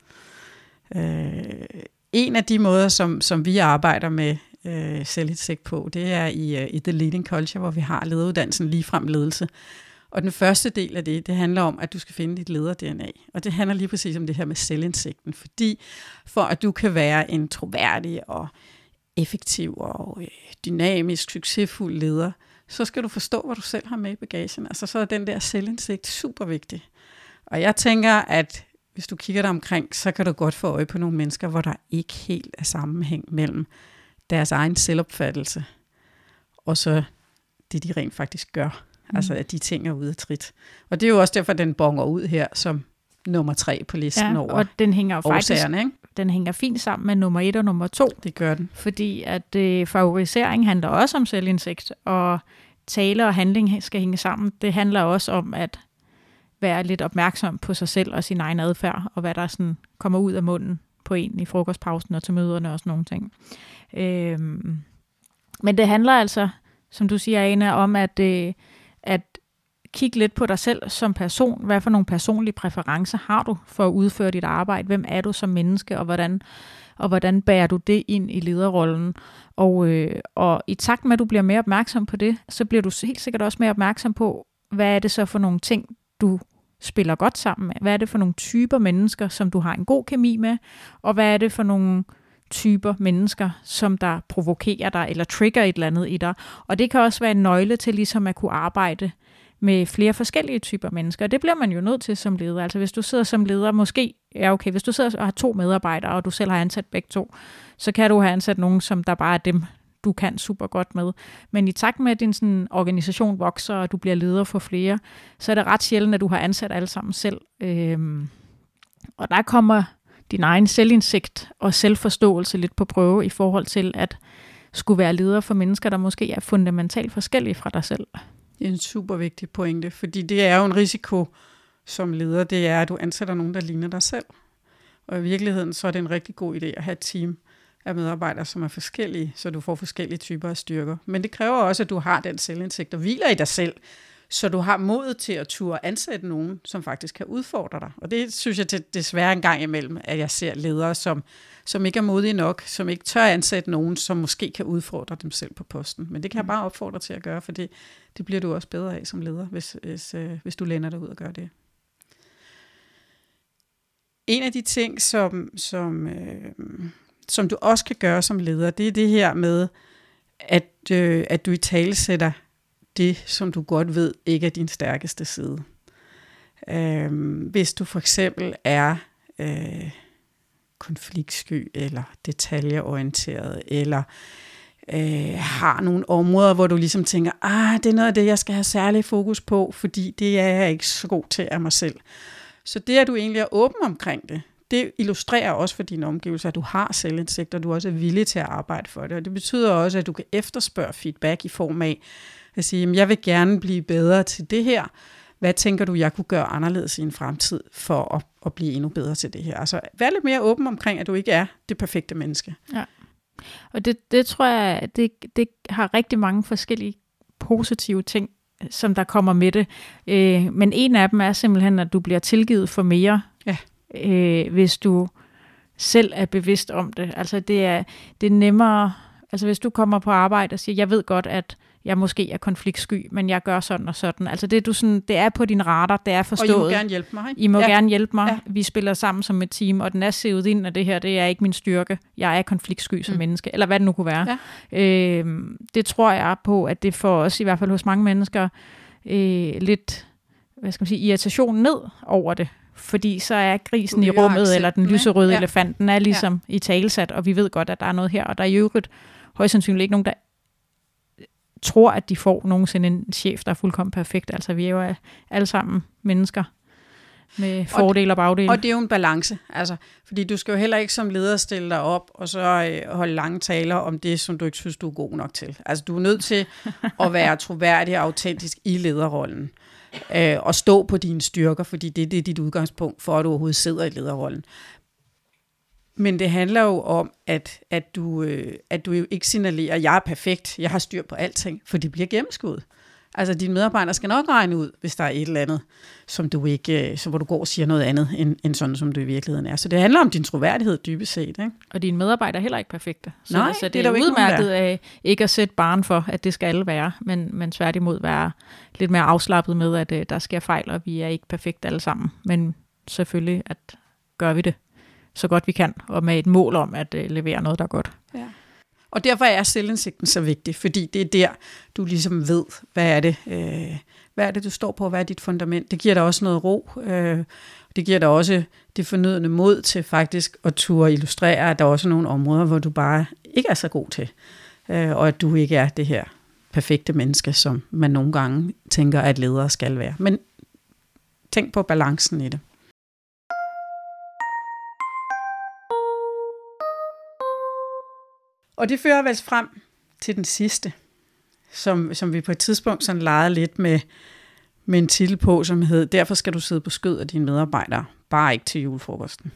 S2: En af de måder, som vi arbejder med selvindsigt på, det er i The Leading Culture, hvor vi har lederuddannelsen ligefrem ledelse. Og den første del af det handler om, at du skal finde dit leder-DNA. Og det handler lige præcis om det her med selvindsigten. Fordi for at du kan være en troværdig og effektiv og dynamisk, succesfuld leder, så skal du forstå, hvad du selv har med i bagagen. Altså så er den der selvindsigt super vigtig. Og jeg tænker, at hvis du kigger dig omkring, så kan du godt få øje på nogle mennesker, hvor der ikke helt er sammenhæng mellem deres egen selvopfattelse og så det, de rent faktisk gør. Altså at de ting er ude af trit. Og det er jo også derfor, den bonger ud her som nummer 3 på listen over
S1: og den hænger jo faktisk,
S2: ikke?
S1: Den hænger fint sammen med nummer 1 og nummer 2.
S2: Det gør den.
S1: Fordi at favorisering handler også om selvindsigt, og tale og handling skal hænge sammen. Det handler også om at være lidt opmærksom på sig selv og sin egen adfærd, og hvad der sådan kommer ud af munden på en i frokostpausen og til møderne og sådan nogle ting. Men det handler altså, som du siger, Ane, om at kigge lidt på dig selv som person. Hvad for nogle personlige præferencer har du for at udføre dit arbejde? Hvem er du som menneske, og hvordan bærer du det ind i lederrollen? Og i takt med, at du bliver mere opmærksom på det, så bliver du helt sikkert også mere opmærksom på, hvad er det så for nogle ting, du spiller godt sammen med? Hvad er det for nogle typer mennesker, som du har en god kemi med? Og hvad er det for nogle typer mennesker, som der provokerer dig, eller trigger et eller andet i dig? Og det kan også være en nøgle til ligesom at kunne arbejde med flere forskellige typer mennesker. Og det bliver man jo nødt til som leder. Altså hvis du sidder som leder, hvis du sidder og har 2 medarbejdere, og du selv har ansat begge 2, så kan du have ansat nogen, som der bare er dem, du kan super godt med. Men i takt med, at din sådan, organisation vokser, og du bliver leder for flere, så er det ret sjældent, at du har ansat alle sammen selv. Og der kommer din egen selvindsigt og selvforståelse lidt på prøve i forhold til at skulle være leder for mennesker, der måske er fundamentalt forskellige fra dig selv.
S2: Det er en super vigtig pointe, fordi det er jo en risiko som leder, det er, at du ansætter nogen, der ligner dig selv. Og i virkeligheden, så er det en rigtig god idé at have et team af medarbejdere, som er forskellige, så du får forskellige typer af styrker. Men det kræver også, at du har den selvindsigt, der hviler i dig selv, så du har modet til at turde ansætte nogen, som faktisk kan udfordre dig. Og det synes jeg desværre en gang imellem, at jeg ser ledere, som ikke er modige nok, som ikke tør ansætte nogen, som måske kan udfordre dem selv på posten. Men det kan jeg bare opfordre til at gøre, for det bliver du også bedre af som leder, hvis du læner dig ud og gør det. En af de ting, som du også kan gøre som leder, det er det her med, at du italesætter det, som du godt ved, ikke er din stærkeste side. Hvis du for eksempel er konfliktsky, eller detaljeorienteret, eller har nogle områder, hvor du ligesom tænker, det er noget af det, jeg skal have særlig fokus på, fordi det er jeg ikke så god til af mig selv. Så det, at du egentlig er åben omkring det, det illustrerer også for dine omgivelser, at du har selvindsigt, og du også er villig til at arbejde for det. Og det betyder også, at du kan efterspørge feedback i form af at sige, jeg vil gerne blive bedre til det her. Hvad tænker du, jeg kunne gøre anderledes i en fremtid for at blive endnu bedre til det her? Altså, vær lidt mere åben omkring, at du ikke er det perfekte menneske.
S1: Ja. Og det tror jeg, det har rigtig mange forskellige positive ting, som der kommer med det. Men en af dem er simpelthen, at du bliver tilgivet for mere, hvis du selv er bevidst om det. Altså det er nemmere, altså hvis du kommer på arbejde og siger, jeg ved godt, at jeg måske er konfliktsky, men jeg gør sådan og sådan. Altså det er på din radar, det er forstået.
S2: Og I må gerne hjælpe mig, ikke?
S1: I må gerne hjælpe mig. Ja. Vi spiller sammen som et team, og den er sevet ind af det her, det er ikke min styrke. Jeg er konfliktsky som menneske, eller hvad det nu kunne være. Ja. Det tror jeg på, at det får os, i hvert fald hos mange mennesker, lidt, hvad skal man sige, irritation ned over det. Fordi så er grisen i rummet, eller den lyserøde elefant, den er ligesom i talesat, og vi ved godt, at der er noget her, og der er i øvrigt højst sandsynligt ikke nogen, der tror, at de får nogensinde en chef, der er fuldkommen perfekt. Altså vi er jo alle sammen mennesker med fordele og bagdele.
S2: Og det er jo en balance, altså, fordi du skal jo heller ikke som leder stille dig op, og så holde lange taler om det, som du ikke synes, du er god nok til. Altså du er nødt til at være troværdig og autentisk i lederrollen, og stå på dine styrker, fordi det er dit udgangspunkt for, at du overhovedet sidder i lederrollen. Men det handler jo om, at du jo ikke signalerer, at jeg er perfekt, jeg har styr på alting, for det bliver gennemskuet. Altså dine medarbejdere skal nok regne ud, hvis der er et eller andet, som du ikke, så hvor du går og siger noget andet, end sådan, som du i virkeligheden er. Så det handler om din troværdighed dybest set. Ikke?
S1: Og dine medarbejdere er heller ikke perfekte.
S2: Så
S1: det er udmærket af ikke at sætte barren for, at det skal alle være, men tværtimod være lidt mere afslappet med, at der sker fejl, og vi er ikke perfekte alle sammen. Men selvfølgelig, at gør vi det så godt vi kan, og med et mål om at levere noget, der er godt. Ja.
S2: Og derfor er selvindsigten så vigtig, fordi det er der, du ligesom ved, hvad er det, du står på, hvad er dit fundament. Det giver dig også noget ro. Det giver dig også det fornødne mod til faktisk at turde illustrere, at der er også nogle områder, hvor du bare ikke er så god til. Og at du ikke er det her perfekte menneske, som man nogle gange tænker, at ledere skal være. Men tænk på balancen i det. Og det fører vel frem til den sidste, som vi på et tidspunkt sådan legede lidt med en titel på, som hed, derfor skal du sidde på skød af dine medarbejdere, bare ikke til julefrokosten.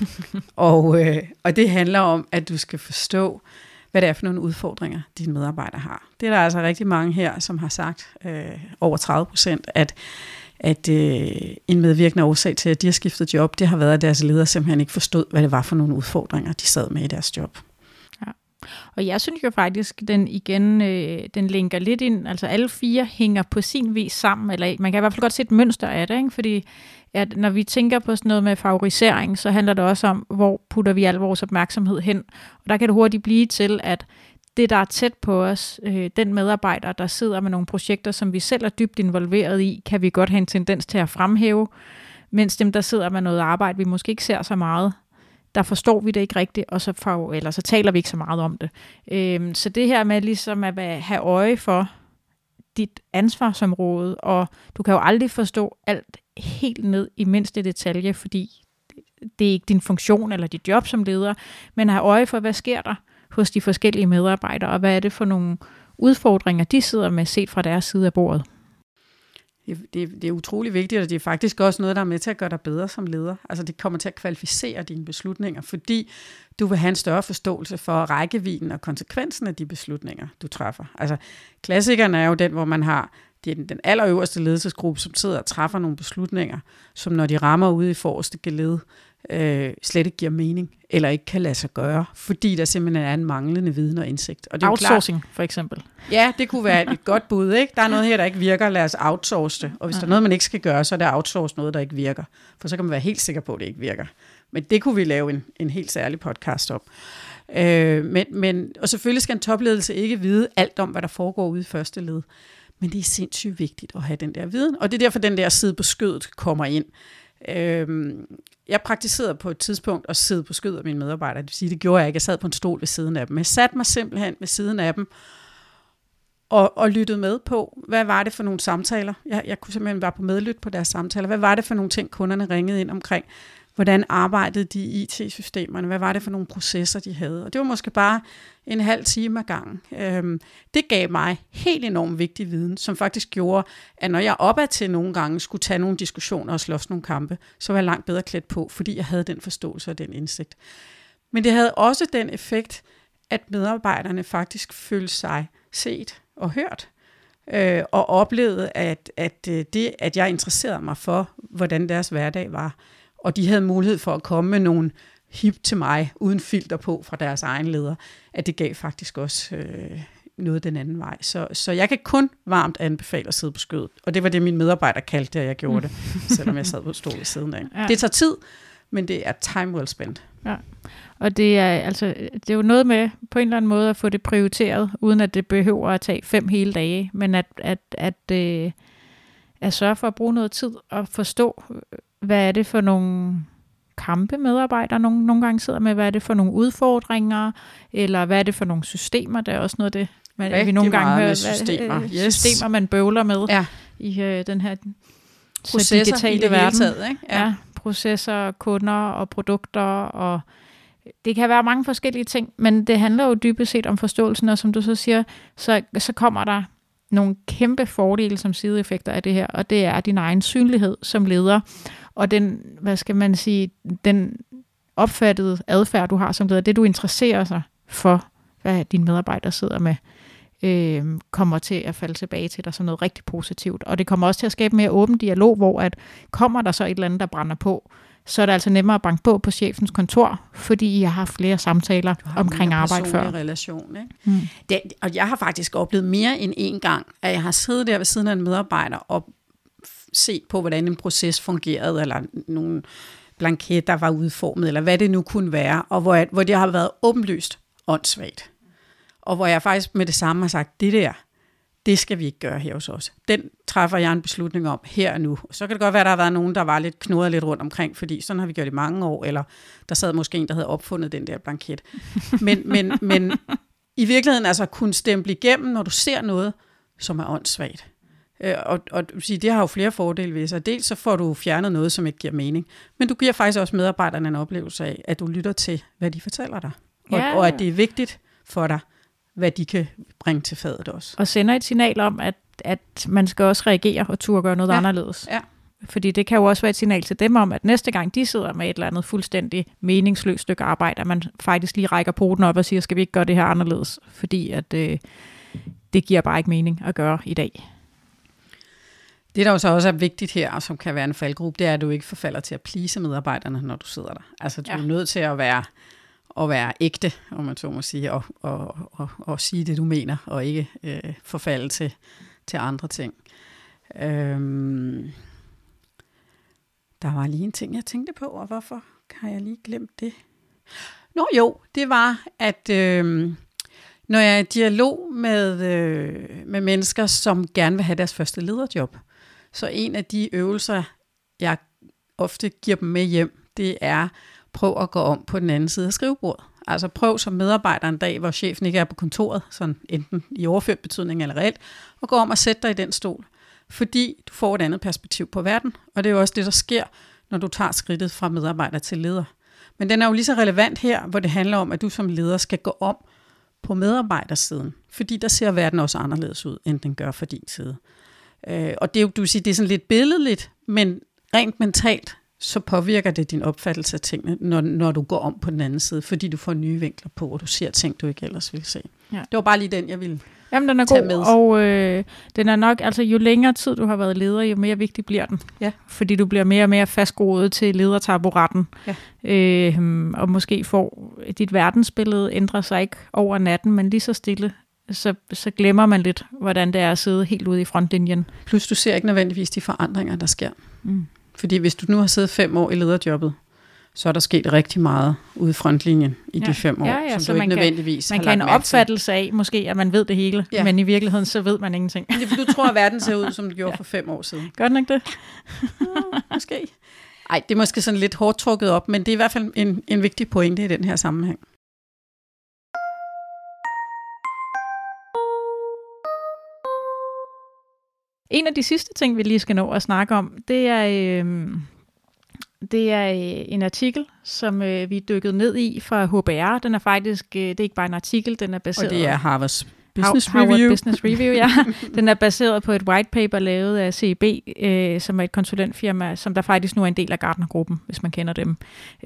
S2: og det handler om, at du skal forstå, hvad det er for nogle udfordringer, dine medarbejdere har. Det er der altså rigtig mange her, som har sagt, over 30%, at en medvirkende årsag til, at de har skiftet job, det har været, at deres ledere simpelthen ikke forstod, hvad det var for nogle udfordringer, de sad med i deres job.
S1: Og jeg synes jo faktisk, den linker lidt ind, altså alle fire hænger på sin vis sammen, eller man kan i hvert fald godt se et mønster af det, ikke? Fordi at når vi tænker på sådan noget med favorisering, så handler det også om, hvor putter vi al vores opmærksomhed hen. Og der kan det hurtigt blive til, at det, der er tæt på os, den medarbejder, der sidder med nogle projekter, som vi selv er dybt involveret i, kan vi godt have en tendens til at fremhæve, mens dem, der sidder med noget arbejde, vi måske ikke ser så meget, der forstår vi det ikke rigtigt, og så taler vi ikke så meget om det. Så det her med ligesom at have øje for dit ansvarsområde, og du kan jo aldrig forstå alt helt ned i mindste detalje, fordi det er ikke din funktion eller dit job som leder, men have øje for, hvad sker der hos de forskellige medarbejdere, og hvad er det for nogle udfordringer, de sidder med set fra deres side af bordet.
S2: Det er utrolig vigtigt, og det er faktisk også noget, der er med til at gøre dig bedre som leder. Altså det kommer til at kvalificere dine beslutninger, fordi du vil have en større forståelse for rækkevidden og konsekvensen af de beslutninger, du træffer. Altså klassikeren er jo den, hvor man har den allerøverste ledelsesgruppe, som sidder og træffer nogle beslutninger, som når de rammer ude i forreste geled, slet ikke giver mening, eller ikke kan lade sig gøre, fordi der simpelthen er en manglende viden og indsigt. Og det er
S1: outsourcing for eksempel.
S2: Ja, det kunne være et godt bud, ikke? Der er noget her, der ikke virker, lad os outsource det. Og hvis der er noget, man ikke skal gøre, så er det outsource noget, der ikke virker. For så kan man være helt sikker på, at det ikke virker. Men det kunne vi lave en helt særlig podcast om. Og selvfølgelig skal en topledelse ikke vide alt om, hvad der foregår ude i første led. Men det er sindssygt vigtigt at have den der viden, og det er derfor, den der sidde på skødet kommer ind. Jeg praktiserede på et tidspunkt at sidde på skødet af mine medarbejdere. Det vil sige, det gjorde jeg ikke. Jeg sad på en stol ved siden af dem. Jeg satte mig simpelthen ved siden af dem og lyttede med på, hvad var det for nogle samtaler. Jeg kunne simpelthen være på medlyt på deres samtaler. Hvad var det for nogle ting, kunderne ringede ind omkring? Hvordan arbejdede de i IT-systemerne? Hvad var det for nogle processer, de havde? Og det var måske bare en halv time ad gangen. Det gav mig helt enormt vigtig viden, som faktisk gjorde, at når jeg opad til nogle gange skulle tage nogle diskussioner og slås nogle kampe, så var jeg langt bedre klædt på, fordi jeg havde den forståelse og den indsigt. Men det havde også den effekt, at medarbejderne faktisk følte sig set og hørt, og oplevede, at jeg interesserede mig for, hvordan deres hverdag var. Og de havde mulighed for at komme med nogle hip til mig, uden filter på fra deres egen leder, at det gav faktisk også noget den anden vej. Så jeg kan kun varmt anbefale at sidde på skødet. Og det var det, mine medarbejdere kaldte, at jeg gjorde det, selvom jeg sad på stol ved siden af. Ja. Det tager tid, men det er time well spent. Ja.
S1: Og det er jo noget med på en eller anden måde at få det prioriteret, uden at det behøver at tage 5 hele dage, men at sørge for at bruge noget tid og forstå, hvad er det for nogle kampe medarbejdere nogle gange sidder med, hvad er det for nogle udfordringer, eller hvad er det for nogle systemer, der er også noget af det, vi nogle gange hører, systemer man bøvler med i den her
S2: processer
S1: digitale verden.
S2: Taget, ikke? Ja.
S1: Processer, kunder og produkter, og det kan være mange forskellige ting, men det handler jo dybest set om forståelsen, og som du så siger, så kommer der nogle kæmpe fordele som sideeffekter af det her, og det er din egen synlighed som leder, og den, den opfattede adfærd, du har som leder, det du interesserer sig for, hvad dine medarbejdere sidder med, kommer til at falde tilbage til dig som noget rigtig positivt. Og det kommer også til at skabe mere åben dialog, hvor at kommer der så et eller andet, der brænder på, så er det altså nemmere at banke på chefens kontor, fordi I har haft flere samtaler omkring arbejde før.
S2: Relation, ikke? Og jeg har faktisk oplevet mere end en gang, at jeg har siddet der ved siden af en medarbejder og set på, hvordan en proces fungerede, eller nogle blanketter var udformet, eller hvad det nu kunne være, og hvor det har været åbenlyst åndssvagt. Og hvor jeg faktisk med det samme har sagt, det skal vi ikke gøre her hos os. Den træffer jeg en beslutning om her og nu. Så kan det godt være, at der har været nogen, der var lidt knurret lidt rundt omkring, fordi sådan har vi gjort i mange år, eller der sad måske en, der havde opfundet den der blanket. Men i virkeligheden altså kunne stemple igennem, når du ser noget, som er åndssvagt. Og det har jo flere fordele ved sig. Dels så får du fjernet noget, som ikke giver mening, men du giver faktisk også medarbejderne en oplevelse af, at du lytter til, hvad de fortæller dig. Og at det er vigtigt for dig, hvad de kan bringe til fadet også.
S1: Og sender et signal om, at man skal også reagere og turde gøre noget anderledes. Ja. Fordi det kan jo også være et signal til dem om, at næste gang de sidder med et eller andet fuldstændig meningsløst stykke arbejde, at man faktisk lige rækker poten op og siger, skal vi ikke gøre det her anderledes? Fordi at det giver bare ikke mening at gøre i dag.
S2: Det, der jo så også er vigtigt her, og som kan være en faldgruppe, det er, at du ikke forfalder til at please medarbejderne, når du sidder der. Altså, du er nødt til at være ægte, om man så må sige, og sige det, du mener, og ikke forfalde til andre ting. Der var lige en ting, jeg tænkte på, og hvorfor har jeg lige glemt det? Det var, at når jeg er i dialog med mennesker, som gerne vil have deres første lederjob, så en af de øvelser, jeg ofte giver dem med hjem, det er, prøv at gå om på den anden side af skrivebordet. Altså prøv som medarbejder en dag, hvor chefen ikke er på kontoret, sådan enten i overført betydning eller reelt, og gå om og sæt dig i den stol. Fordi du får et andet perspektiv på verden, og det er jo også det, der sker, når du tager skridtet fra medarbejder til leder. Men den er jo lige så relevant her, hvor det handler om, at du som leder skal gå om på medarbejdersiden, fordi der ser verden også anderledes ud, end den gør for din side. Og det er jo, du vil sige, det er sådan lidt billedligt, men rent mentalt, så påvirker det din opfattelse af tingene, når du går om på den anden side, fordi du får nye vinkler på, og du ser ting, du ikke ellers ville se. Ja. Det var bare lige den, jeg ville
S1: den er god, med. Og den er nok, altså jo længere tid du har været leder, jo mere vigtig bliver den. Ja. Fordi du bliver mere og mere fastgroet til ledertaburetten. Ja. Og måske får dit verdensbillede ændrer sig ikke over natten, men lige så stille, så glemmer man lidt, hvordan det er at sidde helt ude i frontlinjen.
S2: Plus du ser ikke nødvendigvis de forandringer, der sker. Fordi hvis du nu har siddet 5 år i lederjobbet, så er der sket rigtig meget ude i frontlinjen i de 5 år, som du ikke nødvendigvis har lagt mærke til.
S1: Man kan en opfattelse af, måske, at man ved det hele, men i virkeligheden, så ved man ingenting.
S2: Det er, for du tror, at verden ser ud, som den gjorde for 5 år siden.
S1: Gør den ikke det?
S2: Måske. Ej, det er måske sådan lidt hårdt trukket op, men det er i hvert fald en vigtig pointe i den her sammenhæng.
S1: En af de sidste ting, vi lige skal nå at snakke om, det er en artikel, som vi dykkede ned i fra HBR. Den er faktisk, det er ikke bare en artikel, den er baseret...
S2: Og det er Harvard's
S1: Business Review, ja. Den er baseret på et white paper lavet af CEB, som er et konsulentfirma, som der faktisk nu er en del af Gartner-gruppen, hvis man kender dem.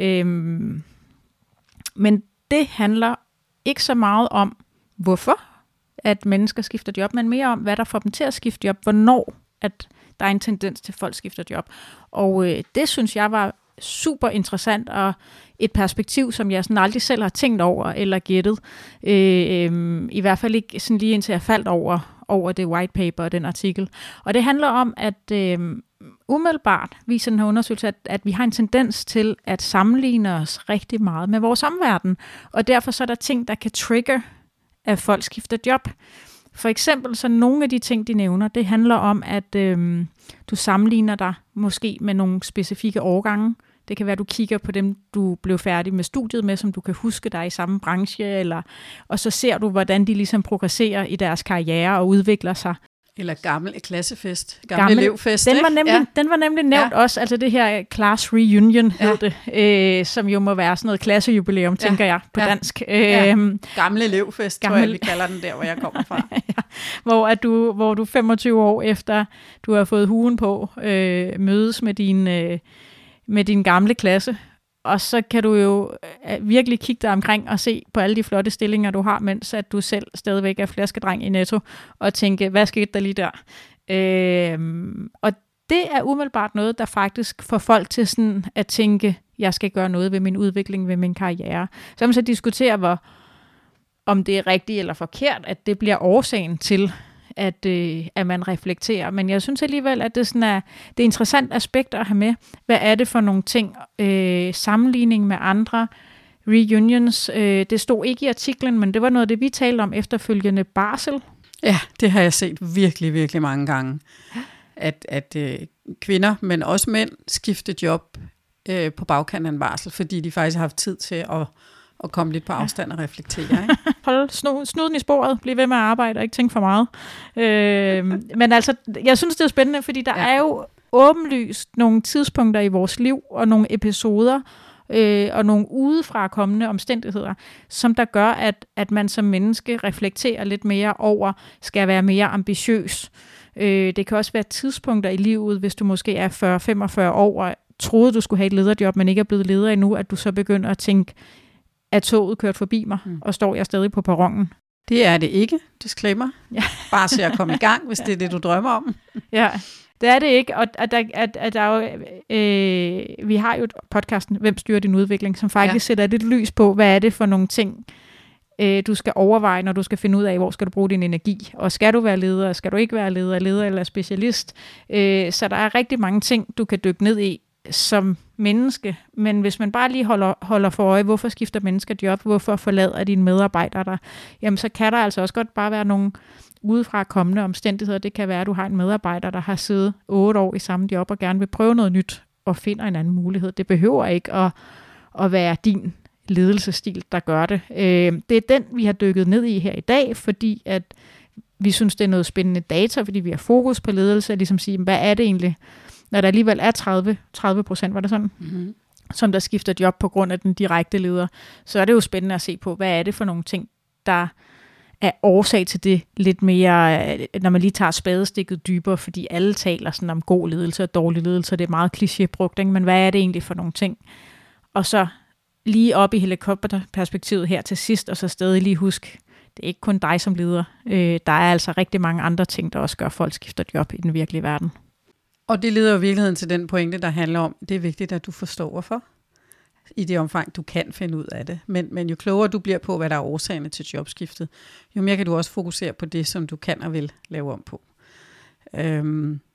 S1: Men det handler ikke så meget om, hvorfor at mennesker skifter job, men mere om, hvad der får dem til at skifte job, hvornår at der er en tendens til, at folk skifter job. Og det synes jeg var super interessant, og et perspektiv, som jeg sådan aldrig selv har tænkt over eller gættet. I hvert fald ikke sådan lige indtil jeg faldt over det white paper og den artikel. Og det handler om, at umiddelbart viser den her undersøgelse, at vi har en tendens til at sammenligne os rigtig meget med vores omverden. Og derfor så er der ting, der kan trigge, at folk skifter job. For eksempel så nogle af de ting, de nævner, det handler om, at du sammenligner dig måske med nogle specifikke årgange. Det kan være, at du kigger på dem, du blev færdig med studiet med, som du kan huske dig i samme branche, og så ser du, hvordan de ligesom progresserer i deres karriere og udvikler sig.
S2: Eller gammel klassefest, gammel elevfest.
S1: Den var nemlig nævnt også, altså det her class reunion hed det, som jo må være sådan noget klassejubilæum, tænker jeg, på dansk.
S2: Gammel elevfest, tror jeg, vi kalder den der, hvor jeg kommer fra.
S1: Hvor du 25 år efter, du har fået huen på, mødes med din gamle klasse, og så kan du jo virkelig kigge dig omkring og se på alle de flotte stillinger, du har, mens at du selv stadigvæk er flaskedreng i Netto, og tænke, hvad skete der lige der? Og det er umiddelbart noget, der faktisk får folk til sådan at tænke, jeg skal gøre noget ved min udvikling, ved min karriere. Så kan man så diskutere, om det er rigtigt eller forkert, at det bliver årsagen til, at man reflekterer. Men jeg synes alligevel, at det er et interessant aspekt at have med. Hvad er det for nogle ting? Sammenligning med andre, reunions. Det stod ikke i artiklen, men det var noget af det, vi talte om efterfølgende barsel.
S2: Ja, det har jeg set virkelig, virkelig mange gange. At kvinder, men også mænd, skifter job på bagkanten af en barsel, fordi de faktisk har haft tid til at komme lidt på afstand og reflektere. Ikke?
S1: Hold snuden i sporet, bliv ved med at arbejde og ikke tænke for meget. Men altså, jeg synes, det er spændende, fordi der er jo åbenlyst nogle tidspunkter i vores liv, og nogle episoder, og nogle udefra kommende omstændigheder, som der gør, at man som menneske reflekterer lidt mere over, skal være mere ambitiøs. Det kan også være tidspunkter i livet, hvis du måske er 40-45 år, og troede, du skulle have et lederjob, men ikke er blevet leder endnu, at du så begynder at tænke, at toget kørt forbi mig, og står jeg stadig på perronen.
S2: Det er det ikke, disclaimer. Ja. Bare så jeg kommer i gang, hvis det er det, du drømmer om. Ja,
S1: det er det ikke. Og der er jo, vi har jo podcasten, Hvem styrer din udvikling, som faktisk sætter lidt lys på, hvad er det for nogle ting, du skal overveje, når du skal finde ud af, hvor skal du bruge din energi. Og skal du være leder, skal du ikke være leder eller specialist. Så der er rigtig mange ting, du kan dykke ned i som menneske, men hvis man bare lige holder for øje, hvorfor skifter mennesker job, hvorfor forlader dine medarbejdere der, jamen så kan der altså også godt bare være nogle udefra kommende omstændigheder. Det kan være, at du har en medarbejder, der har siddet 8 år i samme job og gerne vil prøve noget nyt og finder en anden mulighed. Det behøver ikke at være din ledelsesstil, der gør det. Det er den, vi har dykket ned i her i dag, fordi at vi synes, det er noget spændende data, fordi vi har fokus på ledelse, og ligesom sige, hvad er det egentlig, når der alligevel er 30%, var det sådan, som der skifter job på grund af den direkte leder, så er det jo spændende at se på, hvad er det for nogle ting, der er årsag til det lidt mere, når man lige tager spadestikket dybere, fordi alle taler sådan om god ledelse og dårlig ledelse, og det er meget klichébrugt, ikke? Men hvad er det egentlig for nogle ting? Og så lige op i helikopterperspektivet her til sidst, og så stadig lige husk, det er ikke kun dig som leder. Der er altså rigtig mange andre ting, der også gør, at folk skifter job i den virkelige verden.
S2: Og det leder jo i virkeligheden til den pointe, der handler om, det er vigtigt, at du forstår hvorfor, i det omfang, du kan finde ud af det. Men jo klogere du bliver på, hvad der er årsagerne til jobskiftet, jo mere kan du også fokusere på det, som du kan og vil lave om på.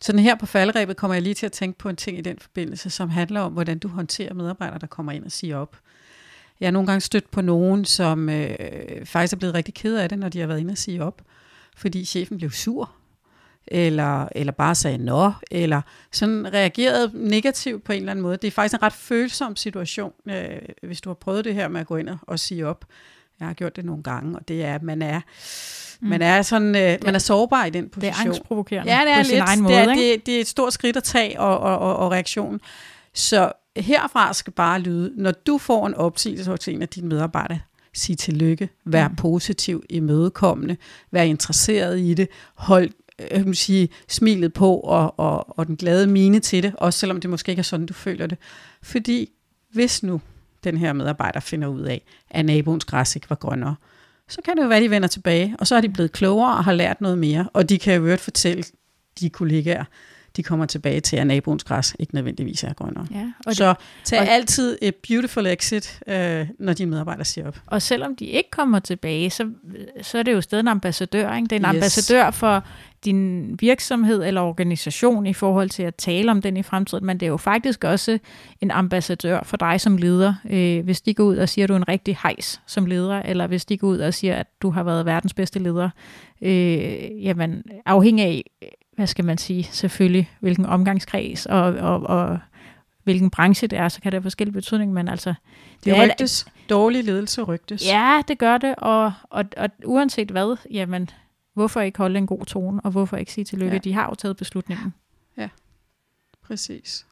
S2: Sådan her på falderebet kommer jeg lige til at tænke på en ting i den forbindelse, som handler om, hvordan du håndterer medarbejdere, der kommer ind og siger op. Jeg har nogle gange stødt på nogen, som faktisk er blevet rigtig ked af det, når de har været inde og sige op, fordi chefen blev sur, eller bare sagde nå, eller sådan reagerede negativt på en eller anden måde. Det er faktisk en ret følsom situation, hvis du har prøvet det her med at gå ind og sige op. Jeg har gjort det nogle gange, og det er, at man er sådan, man er sårbar i den position.
S1: Det er angstprovokerende
S2: ja, det er
S1: på sin egen måde.
S2: Det er et stort skridt at tage og reaktionen. Så herfra skal bare lyde, når du får en opsigelse til en af dine medarbejdere, sig tillykke, vær positiv, imødekommende, vær interesseret i det, hold smilet på og den glade mine til det, også selvom det måske ikke er sådan, du føler det. Fordi hvis nu den her medarbejder finder ud af, at naboens græs ikke var grønnere, så kan det jo være, de vender tilbage, og så er de blevet klogere og har lært noget mere, og de kan jo fortælle de kollegaer, de kommer tilbage til, at naboens græs ikke nødvendigvis er grønnere. Ja, så tag altid et beautiful exit, når dine medarbejdere siger op.
S1: Og selvom de ikke kommer tilbage, så er det jo stadig en ambassadør. Ikke? Det er en ambassadør for din virksomhed eller organisation i forhold til at tale om den i fremtiden, men det er jo faktisk også en ambassadør for dig som leder. Hvis de går ud og siger, at du er en rigtig hejs som leder, eller hvis de går ud og siger, at du har været verdens bedste leder, jamen afhængig af, hvad skal man sige, selvfølgelig, hvilken omgangskreds og hvilken branche det er, så kan det have forskellige betydning, men altså...
S2: Det rygtes. Dårlig ledelse rygtes.
S1: Ja, det gør det, og uanset hvad, jamen, hvorfor ikke holde en god tone, og hvorfor ikke sige tillykke? Ja. De har jo taget beslutningen.
S2: Ja, præcis.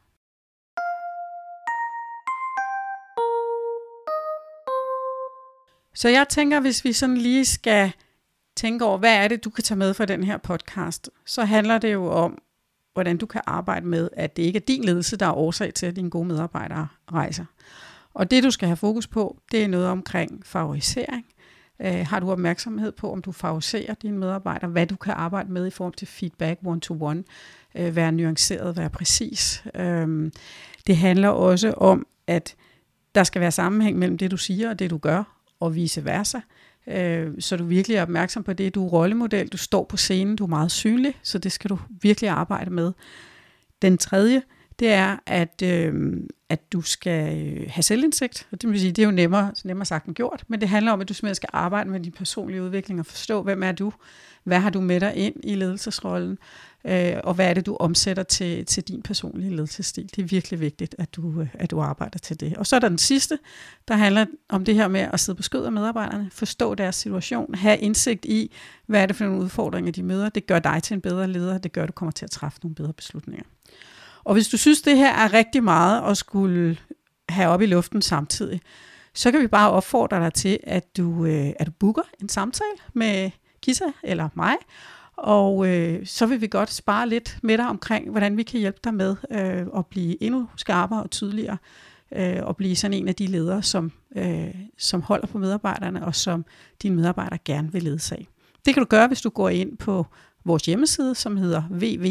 S2: Så jeg tænker, hvis vi sådan lige skal tænke over, hvad er det, du kan tage med fra den her podcast, så handler det jo om, hvordan du kan arbejde med, at det ikke er din ledelse, der er årsag til, at dine gode medarbejdere rejser. Og det, du skal have fokus på, det er noget omkring favorisering. Har du opmærksomhed på, om du favoriserer dine medarbejdere, hvad du kan arbejde med i form til feedback one-to-one, være nuanceret, være præcis. Det handler også om, at der skal være sammenhæng mellem det, du siger og det, du gør, og vice versa. Så du virkelig er opmærksom på det. Du er rollemodel, du står på scenen, du er meget synlig, så det skal du virkelig arbejde med. Den tredje, det er, at du skal have selvindsigt. Og det vil sige, det er jo nemmere sagt end gjort, men det handler om, at du simpelthen skal arbejde med din personlige udvikling og forstå, hvem er du, hvad har du med dig ind i ledelsesrollen, og hvad er det, du omsætter til din personlige ledelsesstil. Det er virkelig vigtigt, at du arbejder til det. Og så er der den sidste, der handler om det her med at sidde på skød af medarbejderne, forstå deres situation, have indsigt i, hvad er det for nogle udfordringer, de møder. Det gør dig til en bedre leder, det gør, at du kommer til at træffe nogle bedre beslutninger. Og hvis du synes, det her er rigtig meget at skulle have op i luften samtidig, så kan vi bare opfordre dig til, at du booker en samtale med Kisa eller mig, og så vil vi godt spare lidt med dig omkring, hvordan vi kan hjælpe dig med at blive endnu skarpere og tydeligere, og blive sådan en af de ledere, som holder på medarbejderne, og som dine medarbejdere gerne vil ledsage. Det kan du gøre, hvis du går ind på vores hjemmeside, som hedder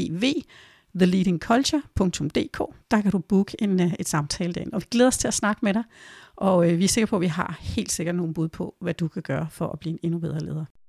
S2: www.theleadingculture.dk. Der kan du booke et samtale derinde, og vi glæder os til at snakke med dig, og vi er sikre på, at vi har helt sikkert nogle bud på, hvad du kan gøre for at blive en endnu bedre leder.